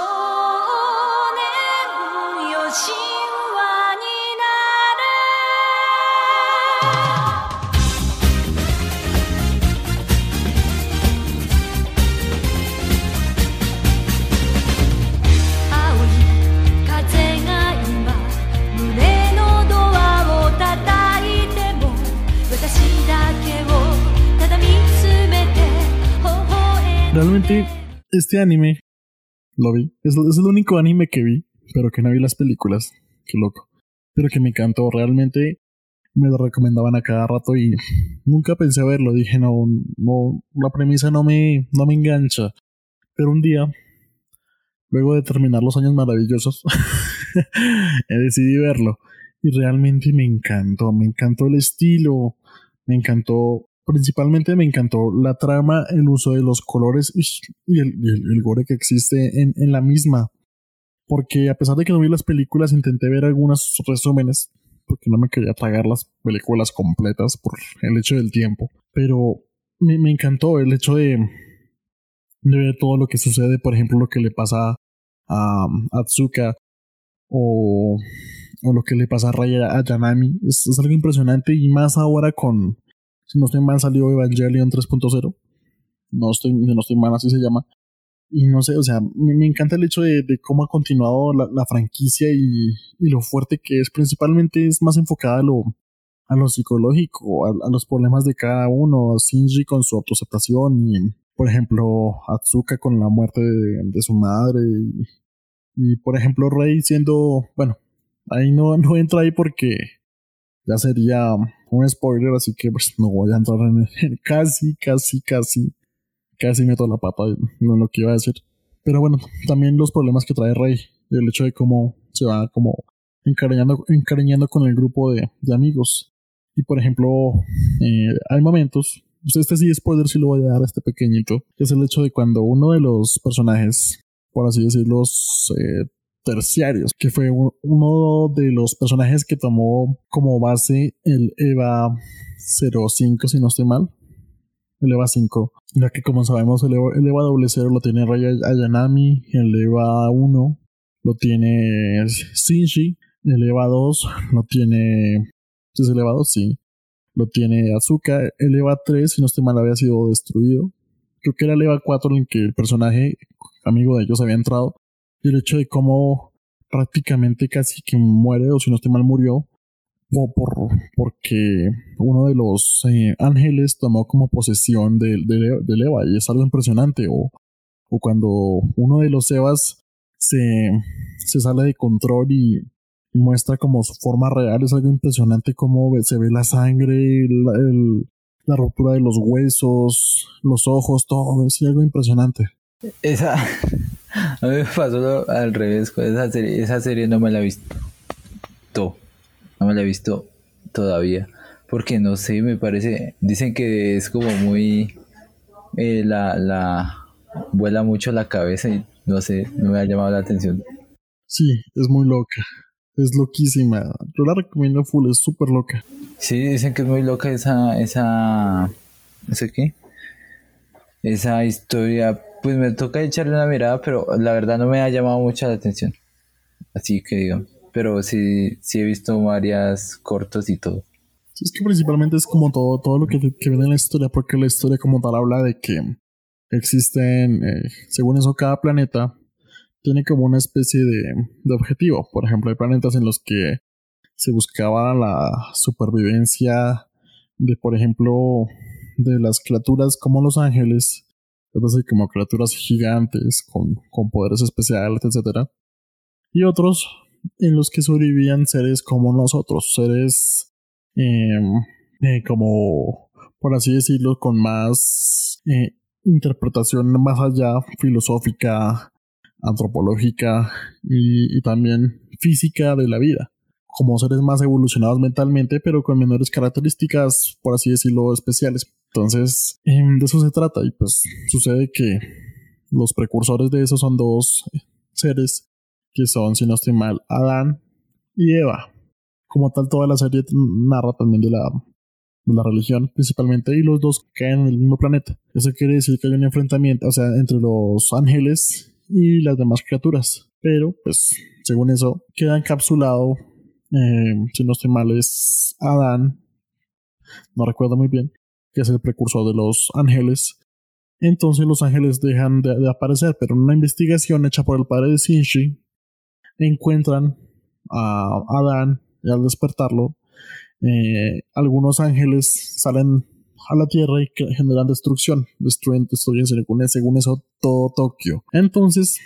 年よ神話になる青い風が今胸のドアを叩いても私だけをただ見つめて微笑んで Realmente este anime Lo vi. Es, es el único anime que vi, pero que no vi las películas. Qué loco. Pero que me encantó. Realmente me lo recomendaban a cada rato y nunca pensé verlo. Dije, no, no, la premisa no me, no me engancha. Pero un día, luego de terminar los años maravillosos, decidí verlo. Y realmente me encantó. Me encantó el estilo. Me encantó. Principalmente me encantó la trama, el uso de los colores y el, y el, el gore que existe en, en la misma. Porque a pesar de que no vi las películas, intenté ver algunos resúmenes, porque no me quería tragar las películas completas por el hecho del tiempo. Pero me, me encantó el hecho de, de ver todo lo que sucede, por ejemplo, lo que le pasa a Atsuka o, o lo que le pasa a Raya a Yanami. Es, es algo impresionante y más ahora con... Si no estoy mal, salió Evangelion tres punto cero. No estoy, no estoy mal, así se llama. Y no sé, o sea, me, me encanta el hecho de, de cómo ha continuado la, la franquicia y, y lo fuerte que es. Principalmente es más enfocada a lo, a lo psicológico, a, a los problemas de cada uno. Shinji con su autoaceptación y, por ejemplo, Atsuka con la muerte de, de su madre. Y, y, por ejemplo, Rei siendo... Bueno, ahí no, no entro ahí porque... ya sería un spoiler, así que pues no voy a entrar en, en casi, casi, casi, casi meto la pata en lo que iba a decir. Pero bueno, también los problemas que trae Rey, el hecho de cómo se va como encariñando, encariñando con el grupo de, de amigos. Y por ejemplo, eh, hay momentos, pues este sí spoiler sí lo voy a dar a este pequeñito, que es el hecho de cuando uno de los personajes, por así decirlo, eh, terciarios, que fue un, uno de los personajes que tomó como base el EVA cero cinco, si no estoy mal, el EVA cinco, ya que como sabemos el EVA, el EVA doble cero lo tiene Raya Ayanami, el EVA uno lo tiene Shinji, el EVA dos lo tiene... ¿es el EVA dos? Sí, lo tiene Asuka, el EVA tres, si no estoy mal, había sido destruido, creo que era el EVA cuatro en que el personaje amigo de ellos había entrado. Y el hecho de cómo prácticamente casi que muere, o si no estoy mal, murió, o por, porque uno de los eh, ángeles tomó como posesión del de, de, de Eva, y es algo impresionante. O, o cuando uno de los Evas se, se sale de control y, y muestra como su forma real, es algo impresionante como se ve la sangre, la, el, la ruptura de los huesos, los ojos, todo, es algo impresionante. Esa... A mí me pasó al revés con esa serie. Esa serie no me la he visto. No me la he visto todavía. Porque no sé, me parece... Dicen que es como muy... Eh, la, la... Vuela mucho la cabeza y no sé, no me ha llamado la atención. Sí, es muy loca. Es loquísima. Yo la recomiendo full, es súper loca. Sí, dicen que es muy loca esa... Esa... ¿Ese qué? Esa historia... Pues me toca echarle una mirada, pero la verdad no me ha llamado mucho la atención. Así que digo, pero sí, sí he visto varias cortos y todo. Sí, es que principalmente es como todo, todo lo que, que viene en la historia, porque la historia como tal habla de que existen, eh, según eso, cada planeta tiene como una especie de, de objetivo. Por ejemplo, hay planetas en los que se buscaba la supervivencia de, por ejemplo, de las criaturas como los ángeles, es decir, como criaturas gigantes con, con poderes especiales, etcétera. Y otros en los que sobrevivían seres como nosotros, seres eh, eh, como, por así decirlo, con más eh, interpretación más allá, filosófica, antropológica y, y también física de la vida, como seres más evolucionados mentalmente, pero con menores características, por así decirlo, especiales. Entonces, eh, de eso se trata. Y pues sucede que los precursores de eso son dos seres que son, si no estoy mal, Adán y Eva. Como tal, toda la serie narra también de la, de la religión principalmente, y los dos caen en el mismo planeta. Eso quiere decir que hay un enfrentamiento, o sea, entre los ángeles y las demás criaturas. Pero, pues, según eso, queda encapsulado, eh, si no estoy mal, es Adán, no recuerdo muy bien, que es el precursor de los ángeles. Entonces los ángeles dejan de, de aparecer, pero en una investigación hecha por el padre de Shinji encuentran a Adán y al despertarlo, eh, algunos ángeles salen a la tierra y generan destrucción, destruyen, destruyen según, según eso todo Tokio. Entonces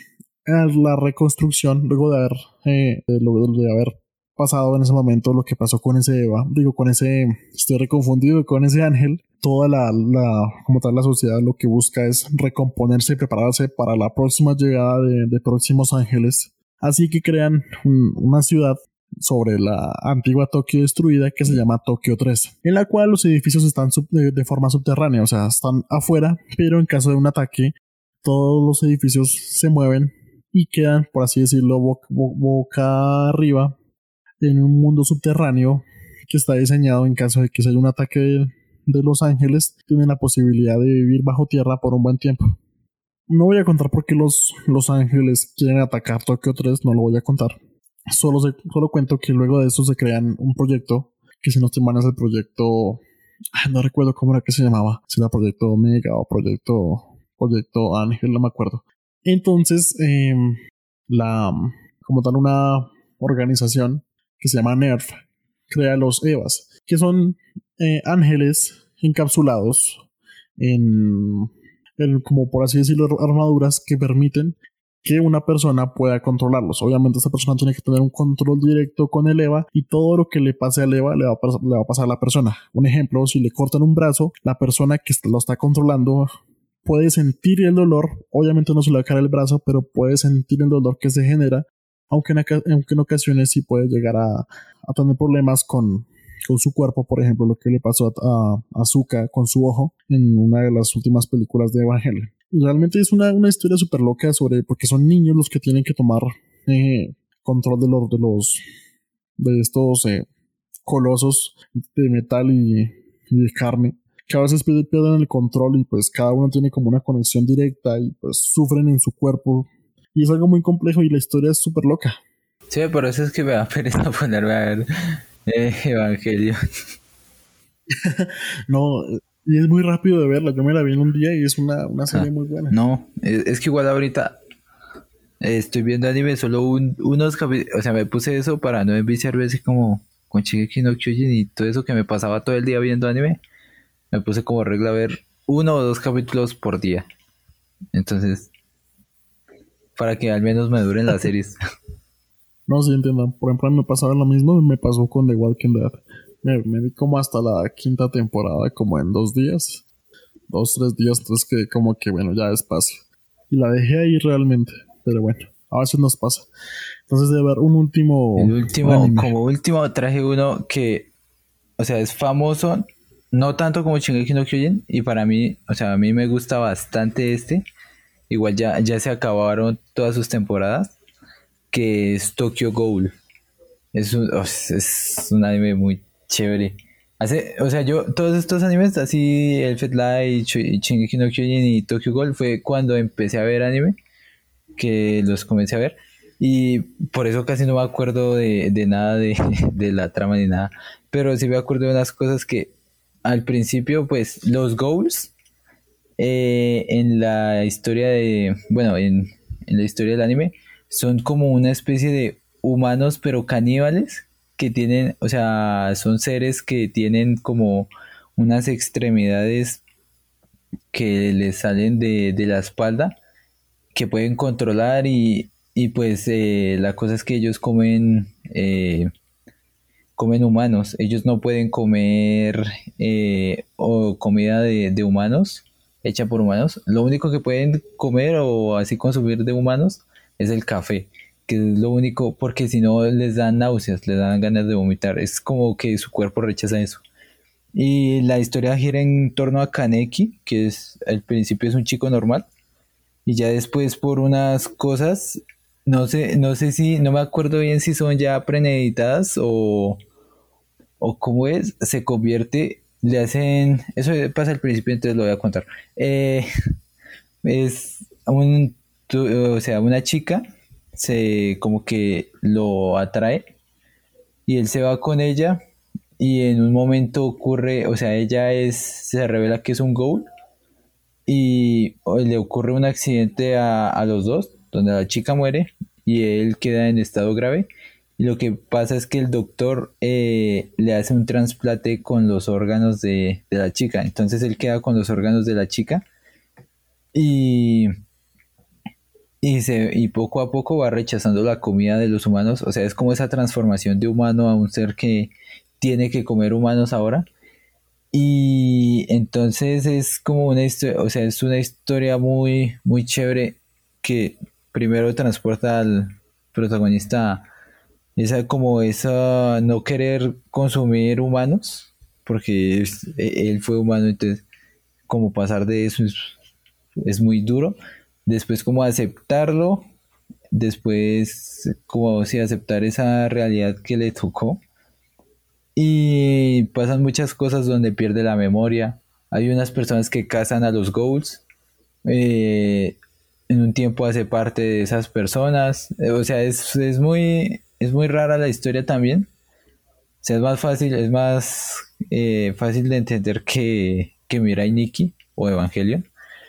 a la reconstrucción, luego de haber, eh, de, luego de haber pasado en ese momento lo que pasó con ese Eva, digo, con ese, estoy reconfundido con ese ángel, toda la, la, como tal la sociedad lo que busca es recomponerse y prepararse para la próxima llegada de, de próximos ángeles. Así que crean un, una ciudad sobre la antigua Tokio destruida que se llama Tokio tres, en la cual los edificios están sub, de, de forma subterránea, o sea, están afuera, pero en caso de un ataque, todos los edificios se mueven y quedan, por así decirlo, boca, boca arriba en un mundo subterráneo que está diseñado en caso de que se haya un ataque de, de los ángeles, tienen la posibilidad de vivir bajo tierra por un buen tiempo. No voy a contar por qué los, los ángeles quieren atacar Tokio tres, no lo voy a contar. Solo, se, solo cuento que luego de eso se crean un proyecto, que si no estoy mal es el proyecto, no recuerdo cómo era que se llamaba, si era proyecto Omega o proyecto, proyecto Ángel, no me acuerdo. Entonces, eh, la, como tal una organización que se llama NERF, crea los EVAs, que son eh, ángeles encapsulados en, en, como por así decirlo, armaduras que permiten que una persona pueda controlarlos. Obviamente esta persona tiene que tener un control directo con el EVA y todo lo que le pase al EVA le va a, pas- le va a pasar a la persona. Un ejemplo, si le cortan un brazo, la persona que lo está controlando puede sentir el dolor, obviamente no se le va a caer el brazo, pero puede sentir el dolor que se genera, aunque en, aunque en ocasiones sí puede llegar a, a tener problemas con, con su cuerpo, por ejemplo, lo que le pasó a, a Asuka con su ojo en una de las últimas películas de Evangelion. Y realmente es una, una historia súper loca sobre, porque son niños los que tienen que tomar eh, control de los, de los, de estos eh, colosos de metal y, y de carne, que a veces pierden el control y pues cada uno tiene como una conexión directa y pues sufren en su cuerpo. Y es algo muy complejo y la historia es súper loca. Sí, por eso es que me da pereza ponerme a ver eh, Evangelion. No, y es muy rápido de verla. Yo me la vi en un día y es una, una serie Ah, muy buena. no, es, es que igual ahorita eh, estoy viendo anime solo un, unos capítulos, o sea, me puse eso para no enviciarme así como con Shingeki no Kyojin y todo eso que me pasaba todo el día viendo anime. Me puse como regla ver uno o dos capítulos por día. Entonces, para que al menos me duren las series. No, sí entiendo. Por ejemplo, a mí me pasaba lo mismo. Me pasó con The Walking Dead. Me, me vi como hasta la quinta temporada, como en dos días. Dos, tres días. Entonces que como que, bueno, ya despacio. Y la dejé ahí realmente. Pero bueno, a veces nos pasa. Entonces debe haber un último... El último, anime. como último traje uno que, o sea, es famoso, no tanto como Shingeki no Kyojin, y para mí, o sea, a mí me gusta bastante este. Igual ya, ya se acabaron todas sus temporadas, que es Tokyo Ghoul. Es un, oh, es, es un anime muy chévere. Hace, o sea, yo, todos estos animes, así Elfen Light, Shingeki no Kyojin y Tokyo Ghoul, fue cuando empecé a ver anime, que los comencé a ver. Y por eso casi no me acuerdo de, de nada de, de la trama ni nada. Pero sí me acuerdo de unas cosas que al principio, pues, los Ghouls, eh, en la historia de, bueno, en, en la historia del anime, son como una especie de humanos pero caníbales que tienen, o sea, son seres que tienen como unas extremidades que les salen de, de la espalda, que pueden controlar y, y pues eh, la cosa es que ellos comen eh, comen humanos. Ellos no pueden comer eh, o comida de, de humanos hecha por humanos. Lo único que pueden comer o así consumir de humanos es el café, que es lo único, porque si no les dan náuseas, les dan ganas de vomitar. Es como que su cuerpo rechaza eso. Y la historia gira en torno a Kaneki, que es al principio es un chico normal y ya después por unas cosas, no sé, no sé si, no me acuerdo bien si son ya premeditadas o, o cómo es, se convierte, le hacen, eso pasa al principio, entonces lo voy a contar. Eh, es un, tu- o sea, una chica se como que lo atrae y él se va con ella y en un momento ocurre, o sea, ella es, se revela que es un ghoul y o- le ocurre un accidente a, a los dos, donde la chica muere y él queda en estado grave. Y lo que pasa es que el doctor eh, le hace un trasplante con los órganos de, de la chica. Entonces él queda con los órganos de la chica y, y, se, y poco a poco va rechazando la comida de los humanos. O sea, es como esa transformación de humano a un ser que tiene que comer humanos ahora. Y entonces es como una historia, o sea, es una historia muy, muy chévere que primero transporta al protagonista esa como esa no querer consumir humanos, porque es- e- él fue humano, entonces como pasar de eso es, es muy duro. Después como aceptarlo, después como si aceptar esa realidad que le tocó. Y pasan muchas cosas donde pierde la memoria. Hay unas personas que cazan a los ghouls. eh, en un tiempo hace parte de esas personas. Eh, o sea, es, es muy, es muy rara la historia también. O sea, es más fácil, es más eh, fácil de entender que, que Mirai Nikki o Evangelion.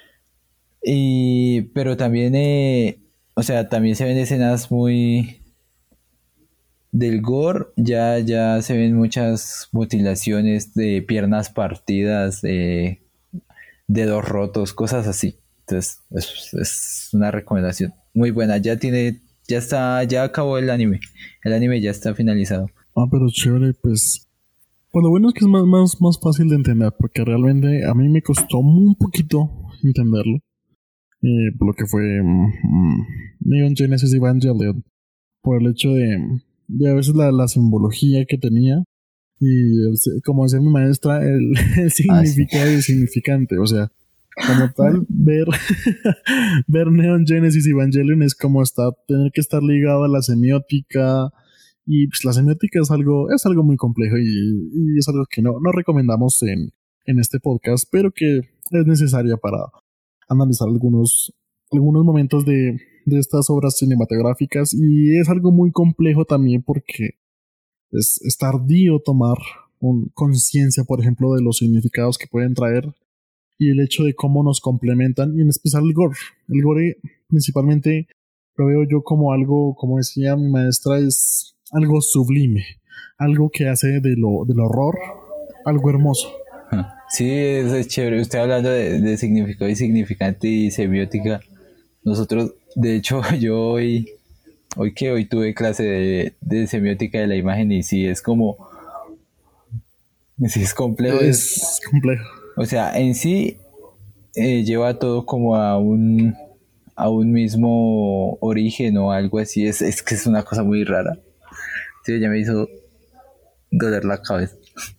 Y, pero también, eh, o sea, también se ven escenas muy del gore, ya, ya se ven muchas mutilaciones de piernas partidas, de dedos rotos, cosas así. Entonces, es, es una recomendación muy buena. Ya tiene, ya está, ya acabó el anime. El anime ya está finalizado. Ah, pero chévere, pues. Pues lo bueno es que es más, más, más fácil de entender, porque realmente a mí me costó un poquito entenderlo. Eh, por lo que fue mm, mm, Neon Genesis Evangelion, por el hecho de, de a veces la, la simbología que tenía y el se- como decía mi maestra, el, el Ah, sí. significado y el significante. O sea, como tal, ver, ver Neon Genesis Evangelion es como estar, tener que estar ligado a la semiótica. Y pues la semiótica es algo, es algo muy complejo y, y es algo que no, no recomendamos en, en este podcast, pero que es necesaria para analizar algunos, algunos momentos de, de estas obras cinematográficas. Y es algo muy complejo también porque es, es tardío tomar un- conciencia, por ejemplo, de los significados que pueden traer y el hecho de cómo nos complementan, y en especial el gore. El gore principalmente lo veo yo como algo, como decía mi maestra, es algo sublime, algo que hace de lo, del horror algo hermoso. Sí, eso es chévere. Usted hablando de, de significado y significante y semiótica. Nosotros, de hecho, yo hoy, hoy que hoy tuve clase de, de semiótica de la imagen y sí es como, sí es complejo, es, Es complejo. o sea, en sí eh, lleva todo como a un, a un mismo origen o algo así. Es, es que es una cosa muy rara. Sí, ya me hizo doler la cabeza.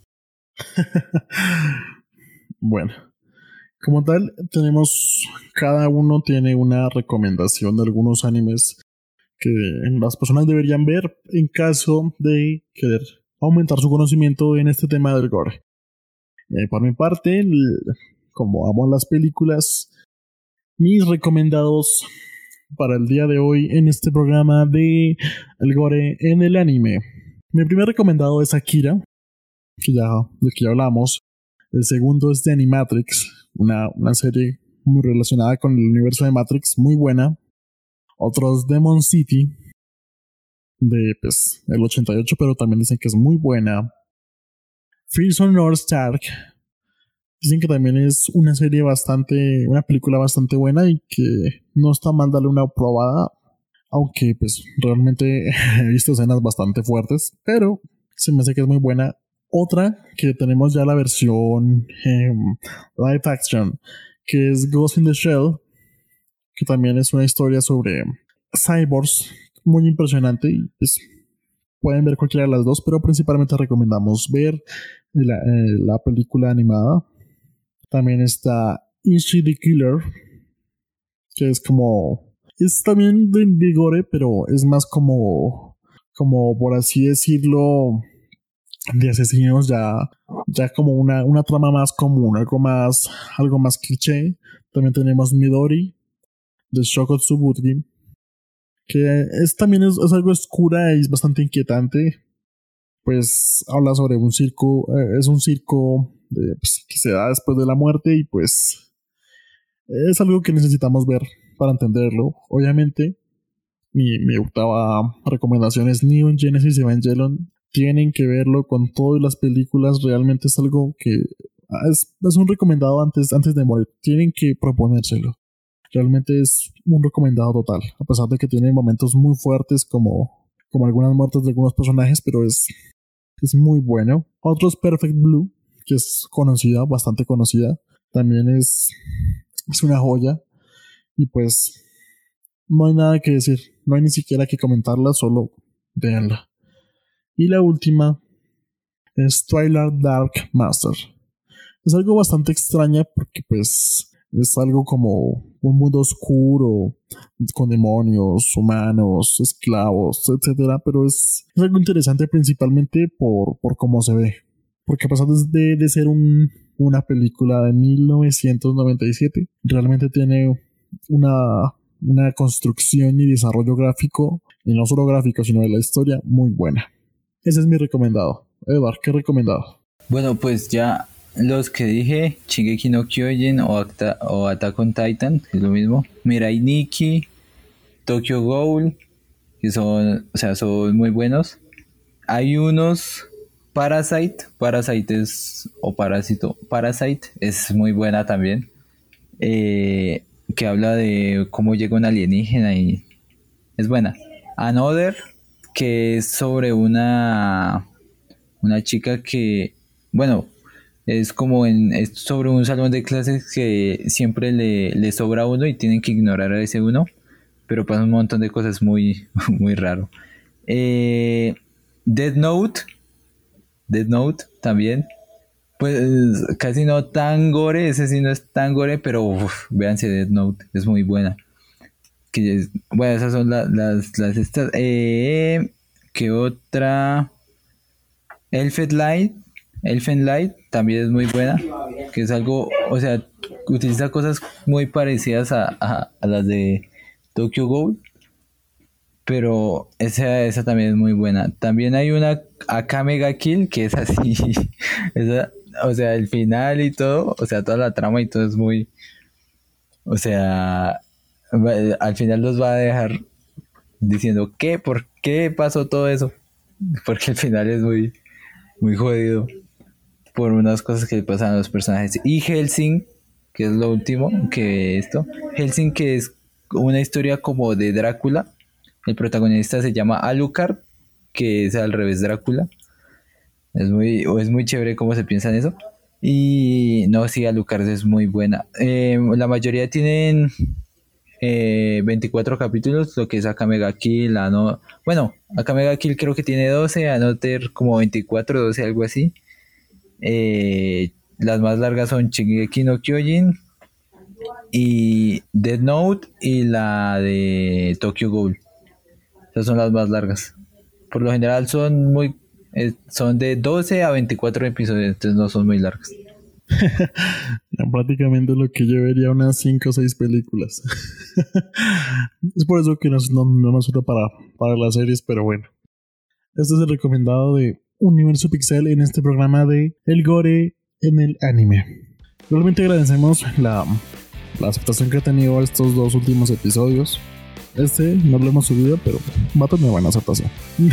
Bueno, como tal, tenemos, cada uno tiene una recomendación de algunos animes que las personas deberían ver en caso de querer aumentar su conocimiento en este tema del gore. Eh, por mi parte, l- como amo las películas, mis recomendados para el día de hoy en este programa de el gore en el anime. Mi primer recomendado es Akira, que ya, de que ya hablamos. El segundo es de Animatrix, una, una serie muy relacionada con el universo de Matrix, muy buena. Otro es Demon City, de pues, el ochenta y ocho, pero también dicen que es muy buena. Fearsome North Stark, dicen que también es una serie bastante, una película bastante buena y que no está mal darle una probada, aunque pues realmente he visto escenas bastante fuertes, pero se me hace que es muy buena. Otra que tenemos ya la versión eh, live action, que es Ghost in the Shell, que también es una historia sobre cyborgs muy impresionante y pues, pueden ver cualquiera de las dos, pero principalmente recomendamos ver la, eh, la película animada. También está Ishi the Killer, que es como, es también de, de gore, pero es más como, como por así decirlo, de asesinos, ya, ya como una, una trama más común, algo más, algo más cliché. También tenemos Midori de Shokotsubuki, que es también es, es algo oscura y es bastante inquietante. Pues habla sobre un circo, eh, es un circo de, pues, que se da después de la muerte y pues es algo que necesitamos ver para entenderlo. Obviamente, mi, mi octava recomendación es Neon Genesis Evangelion. Tienen que verlo con todas las películas. Realmente es algo que ah, es, es un recomendado antes, antes de morir. Tienen que proponérselo. Realmente es un recomendado total, a pesar de que tiene momentos muy fuertes como, como algunas muertes de algunos personajes, pero es, es muy bueno. Otro es Perfect Blue, que es conocida, bastante conocida. También es, es una joya. Y pues no hay nada que decir, no hay ni siquiera que comentarla, solo véanla. Y la última es Twilight Dark Master. Es algo bastante extraña porque pues es algo como un mundo oscuro con demonios, humanos, esclavos, etcétera. Pero es, es algo interesante principalmente por, por cómo se ve. Porque a pesar de, de ser un, una película de mil novecientos noventa y siete, realmente tiene una, una construcción y desarrollo gráfico, y no solo gráfico, sino de la historia, muy buena. Ese es mi recomendado. Edward, ¿qué recomendado? Bueno, pues ya los que dije, Shingeki no Kyojin o, Acta, o Attack on Titan, que es lo mismo, Mirai Nikki, Tokyo Ghoul, que son, o sea, son muy buenos. Hay unos, Parasite, Parasite es, o Parásito, Parasite es muy buena también, eh, que habla de cómo llega un alienígena y es buena. Another, que es sobre una, una chica que, bueno, es como en, es sobre un salón de clases que siempre le, le sobra uno y tienen que ignorar a ese uno, pero pasa un montón de cosas muy, muy raro. Eh, Death Note, Death Note también, pues casi no tan gore, ese sí no es tan gore, pero uf, véanse Death Note, es muy buena. Que es, bueno, esas son la, las, las estas. Eh, ¿Qué otra? Elfen Light, Elfen Light también es muy buena, que es algo, o sea, utiliza cosas muy parecidas a, a, a las de Tokyo Ghoul, pero esa, esa también es muy buena. También hay una Akame ga Kill, que es así, esa, o sea, el final y todo, o sea, toda la trama y todo es muy, o sea, al final los va a dejar diciendo, ¿qué? ¿Por qué pasó todo eso? Porque el final es muy, muy jodido por unas cosas que le pasan a los personajes. Y Hellsing, que es lo último que esto, Hellsing, que es una historia como de Drácula. El protagonista se llama Alucard, que es al revés Drácula. Es muy, es muy chévere cómo se piensa en eso. Y no, sí, Alucard es muy buena. Eh, la mayoría tienen eh, veinticuatro capítulos, lo que es Akame ga Kill. Ano... Bueno, Akame ga Kill creo que tiene doce, Another como veinticuatro, doce, algo así. Eh, las más largas son Shingeki no Kyojin y Death Note y la de Tokyo Ghoul. Esas son las más largas. Por lo general son muy eh, son de doce a veinticuatro episodios, entonces no son muy largas. Prácticamente lo que yo vería unas cinco o seis películas. Es por eso que no, no, no nos sirve para, para las series, pero bueno. Este es el recomendado de Universo Pixel en este programa de El Gore en el anime. Realmente agradecemos la, la aceptación que ha tenido estos dos últimos episodios. Este no lo hemos subido, pero va a tener buena aceptación.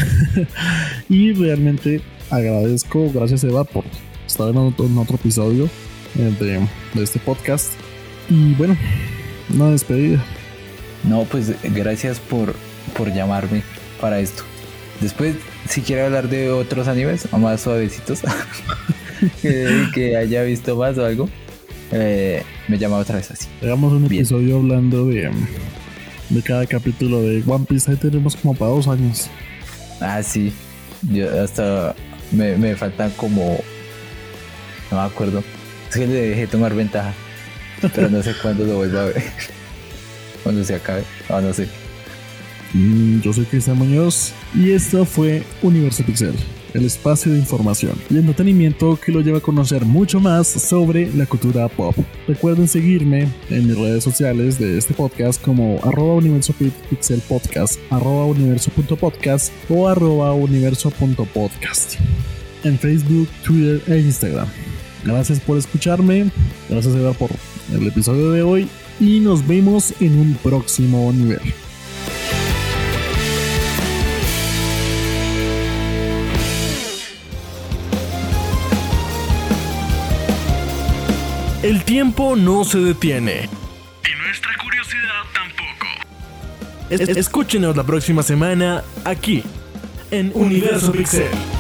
Y realmente agradezco, gracias Eva por estar en otro, en otro episodio de, de este podcast. Y bueno, una despedida. No, pues gracias por, por llamarme para esto. Después, si quiere hablar de otros animes o más suavecitos que, que haya visto más o algo, eh, me llama otra vez así. Hagamos un Bien. episodio hablando de, de cada capítulo de One Piece. Ahí tenemos como para dos años. Ah, sí. Yo hasta me, me faltan como... No me acuerdo. Es que le dejé tomar ventaja. Pero no sé cuándo lo vuelva a ver. Cuando se acabe. Ah, no sé. Yo soy Cristian Muñoz y esto fue Universo Pixel, el espacio de información y entretenimiento que lo lleva a conocer mucho más sobre la cultura pop. Recuerden seguirme en mis redes sociales de este podcast como arroba universo pixel podcast, arroba universo.podcast o arroba universo.podcast en Facebook, Twitter e Instagram. Gracias por escucharme, gracias Eva por el episodio de hoy y nos vemos en un próximo nivel. El tiempo no se detiene. Y nuestra curiosidad Es- escúchenos la próxima semana aquí en Universo Pixel.